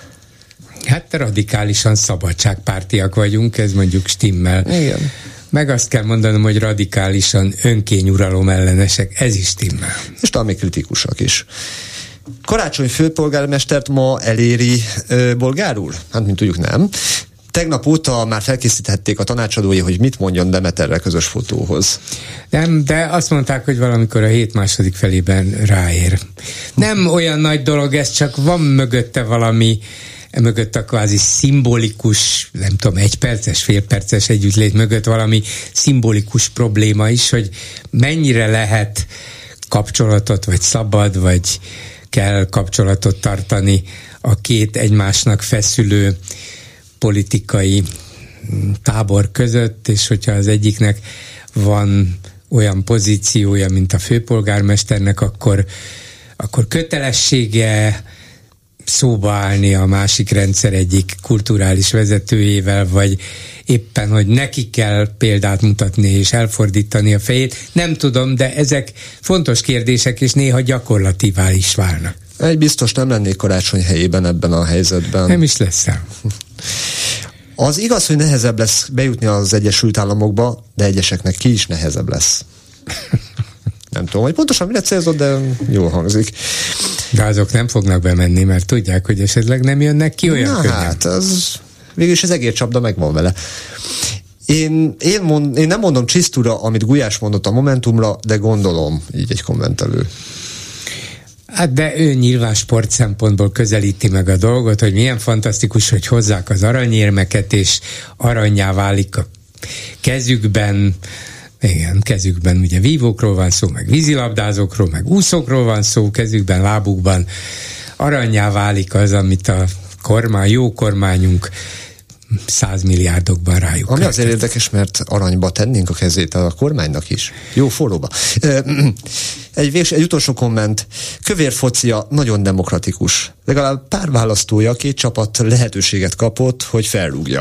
Hát radikálisan szabadságpártiak vagyunk, ez mondjuk stimmel. Igen. Meg azt kell mondanom, hogy radikálisan önkényuralom ellenesek, ez is stimmel. És talán még kritikusak is. Karácsony főpolgármestert ma eléri ö, Bolgár úr? Hát, mint tudjuk, nem. Tegnap óta már felkészíthették a tanácsadói, hogy mit mondjon Demeterrel közös fotóhoz. Nem, de azt mondták, hogy valamikor a hét második felében ráér. Nem olyan nagy dolog ez, csak van mögötte valami, mögött a kvázi szimbolikus, nem tudom, egy perces, fél perces együttlét mögött valami szimbolikus probléma is, hogy mennyire lehet kapcsolatot, vagy szabad, vagy kell kapcsolatot tartani a két egymásnak feszülő politikai tábor között, és hogyha az egyiknek van olyan pozíciója, mint a főpolgármesternek, akkor, akkor kötelessége szóba állni a másik rendszer egyik kulturális vezetőjével, vagy éppen, hogy neki kell példát mutatni és elfordítani a fejét. Nem tudom, de ezek fontos kérdések, és néha gyakorlatívá is válnak. Egy biztos nem lennék Karácsony helyében ebben a helyzetben. Nem is leszel. Az igaz, hogy nehezebb lesz bejutni az Egyesült Államokba, de egyeseknek ki is nehezebb lesz. Nem tudom, hogy pontosan mire célzott, de jól hangzik. De azok nem fognak bemenni, mert tudják, hogy esetleg nem jönnek ki olyan Na könnyen. hát, az végülis az egércsapda megvan vele. Én, én, mond, én nem mondom csisztúra, amit Gulyás mondott a Momentumra, de gondolom, így egy kommentelő. Hát de ő nyilván sport szempontból közelíti meg a dolgot, hogy milyen fantasztikus, hogy hozzák az aranyérmeket, és arannyá válik a kezükben, igen, kezükben ugye vívókról van szó, meg vízilabdázókról, meg úszókról van szó, kezükben, lábukban arannyá válik az, amit a kormány, jó kormányunk százmilliárdokban rájuk. Ami azért érdekes, mert aranyba tennénk a kezét a kormánynak is. Jó, forróba. Egy, vés, egy utolsó komment. Kövér focia nagyon demokratikus. Legalább pár választója, két csapat lehetőséget kapott, hogy felrúgja.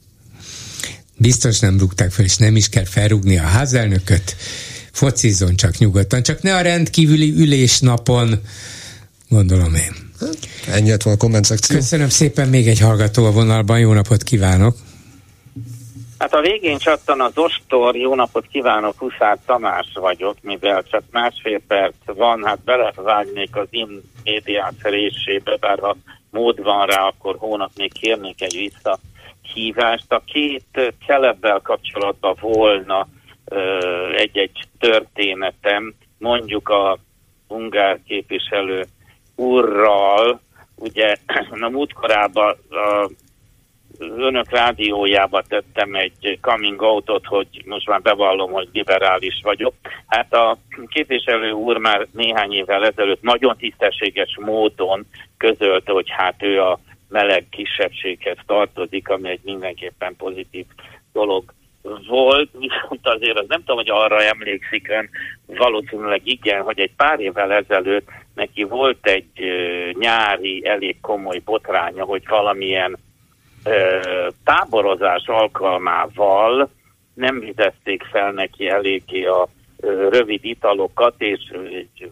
Biztos nem rúgták fel, és nem is kell felrúgni a házelnököt. Focizzon csak nyugodtan. Csak ne a rendkívüli ülésnapon, gondolom én. Ennyi lett volna a komment szekció. Köszönöm szépen, még egy hallgató a vonalban, jó napot kívánok! Hát a végén csattan az ostor, jó napot kívánok, Huszár Tamás vagyok, mivel csak másfél perc van, hát belevágnék az in médiát résébe, bár ha mód van rá, akkor hónap még kérnék egy visszahívást. A két celebbel kapcsolatban volna ö, egy-egy történetem, mondjuk a ungár képviselő úrral, ugye a múltkorában a önök rádiójába tettem egy coming outot, hogy most már bevallom, hogy liberális vagyok. Hát a képviselő úr már néhány évvel ezelőtt nagyon tisztességes módon közölte, hogy hát ő a meleg kisebbséghez tartozik, ami egy mindenképpen pozitív dolog volt, viszont azért az nem tudom, hogy arra emlékszik ön, valószínűleg igen, hogy egy pár évvel ezelőtt neki volt egy uh, nyári, elég komoly botránya, hogy valamilyen uh, táborozás alkalmával nem vizezték fel neki eléggé a uh, rövid italokat, és uh,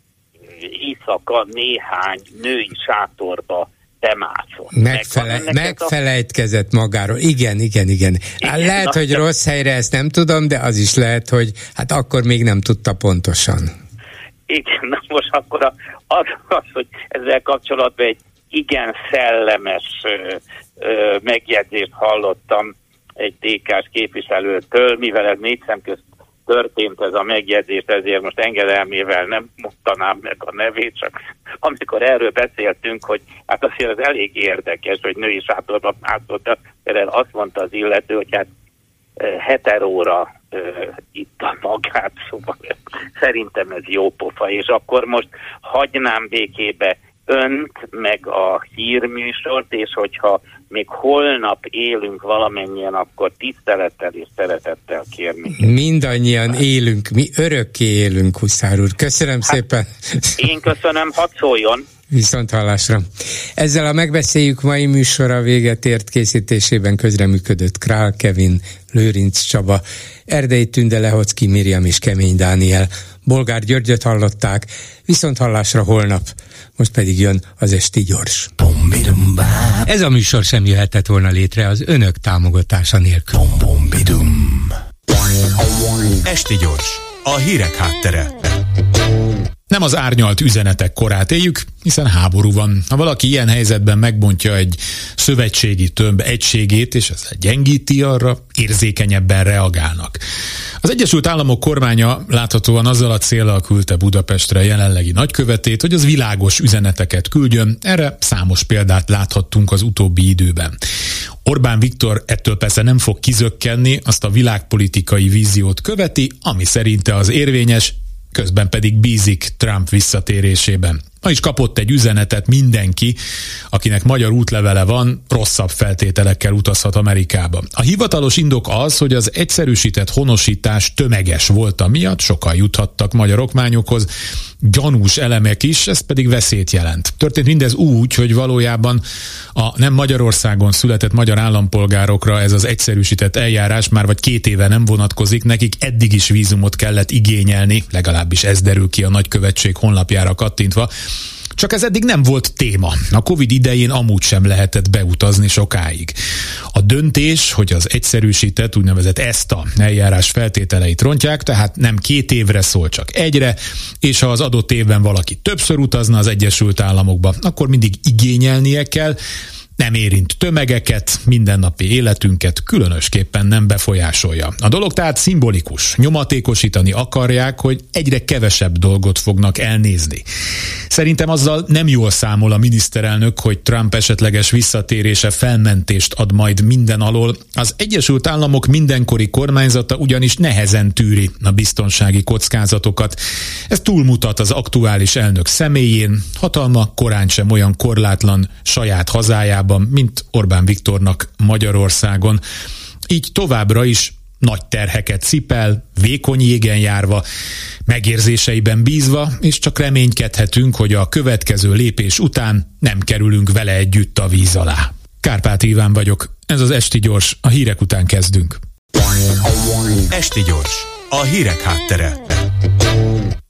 éjszaka néhány női sátorba bemászott. Megfele- megfelejtkezett magáról. Igen, igen, igen. igen lehet, hogy te... rossz helyre, ezt nem tudom, de az is lehet, hogy hát akkor még nem tudta pontosan. Igen, na most akkor a, az, az, hogy ezzel kapcsolatban egy igen szellemes ö, ö, megjegyzést hallottam egy té ká-s képviselőtől, mivel ez négy szem közt történt ez a megjegyzés, ezért most engedelmével nem mondanám meg a nevét, csak amikor erről beszéltünk, hogy hát azért az elég érdekes, hogy női sátorban mászott, erre azt mondta az illető, hogy hát heteróra itta magát, szóval szerintem ez jó pofa, és akkor most hagynám békébe önt, meg a hírműsort, és hogyha még holnap élünk valamennyien, akkor tisztelettel és szeretettel kérni. Mindannyian élünk, mi örökké élünk, Huszár úr. Köszönöm hát, szépen. Én köszönöm, hadd szóljon. Viszont hallásra. Ezzel a megbeszéljük mai műsora véget ért, készítésében közreműködött Král Kevin, Lőrinc Csaba, Erdei Tünde, Lehocki Miriam és Kemény Dániel. Bolgár Györgyöt hallották, viszont hallásra holnap. Most pedig jön az Esti Gyors. Ez a műsor sem jöhetett volna létre az önök támogatása nélkül. Esti Gyors, a hírek háttere. Nem az árnyalt üzenetek korát éljük, hiszen háború van. Ha valaki ilyen helyzetben megbontja egy szövetségi tömb egységét, és ezzel gyengíti, arra érzékenyebben reagálnak. Az Egyesült Államok kormánya láthatóan azzal a céllal küldte Budapestre jelenlegi nagykövetét, hogy az világos üzeneteket küldjön. Erre számos példát láthattunk az utóbbi időben. Orbán Viktor ettől persze nem fog kizökkenni, azt a világpolitikai víziót követi, ami szerinte az érvényes, közben pedig bízik Trump visszatérésében. Ma is kapott egy üzenetet mindenki, akinek magyar útlevele van, rosszabb feltételekkel utazhat Amerikába. A hivatalos indok az, hogy az egyszerűsített honosítás tömeges volt, amiatt sokan juthattak magyar okmányokhoz, gyanús elemek is, ez pedig veszélyt jelent. Történt mindez úgy, hogy valójában a nem Magyarországon született magyar állampolgárokra ez az egyszerűsített eljárás már vagy két éve nem vonatkozik, nekik eddig is vízumot kellett igényelni, legalábbis ez derül ki a nagykövetség honlapjára kattintva. Csak ez eddig nem volt téma. A Covid idején amúgy sem lehetett beutazni sokáig. A döntés, hogy az egyszerűsített, úgynevezett ESTA eljárás feltételeit rontják, tehát nem két évre szól, csak egyre, és ha az adott évben valaki többször utazna az Egyesült Államokba, akkor mindig igényelnie kell, nem érint tömegeket, mindennapi életünket különösképpen nem befolyásolja. A dolog tehát szimbolikus. Nyomatékosítani akarják, hogy egyre kevesebb dolgot fognak elnézni. Szerintem azzal nem jól számol a miniszterelnök, hogy Trump esetleges visszatérése felmentést ad majd minden alól. Az Egyesült Államok mindenkori kormányzata ugyanis nehezen tűri a biztonsági kockázatokat. Ez túlmutat az aktuális elnök személyén, hatalma korán sem olyan korlátlan saját hazájában, mint Orbán Viktornak Magyarországon. Így továbbra is nagy terheket cipel, vékony jégen járva, megérzéseiben bízva, és csak reménykedhetünk, hogy a következő lépés után nem kerülünk vele együtt a víz alá. Kárpáti Iván vagyok, ez az Esti Gyors, a hírek után kezdünk. Esti Gyors, a hírek háttere.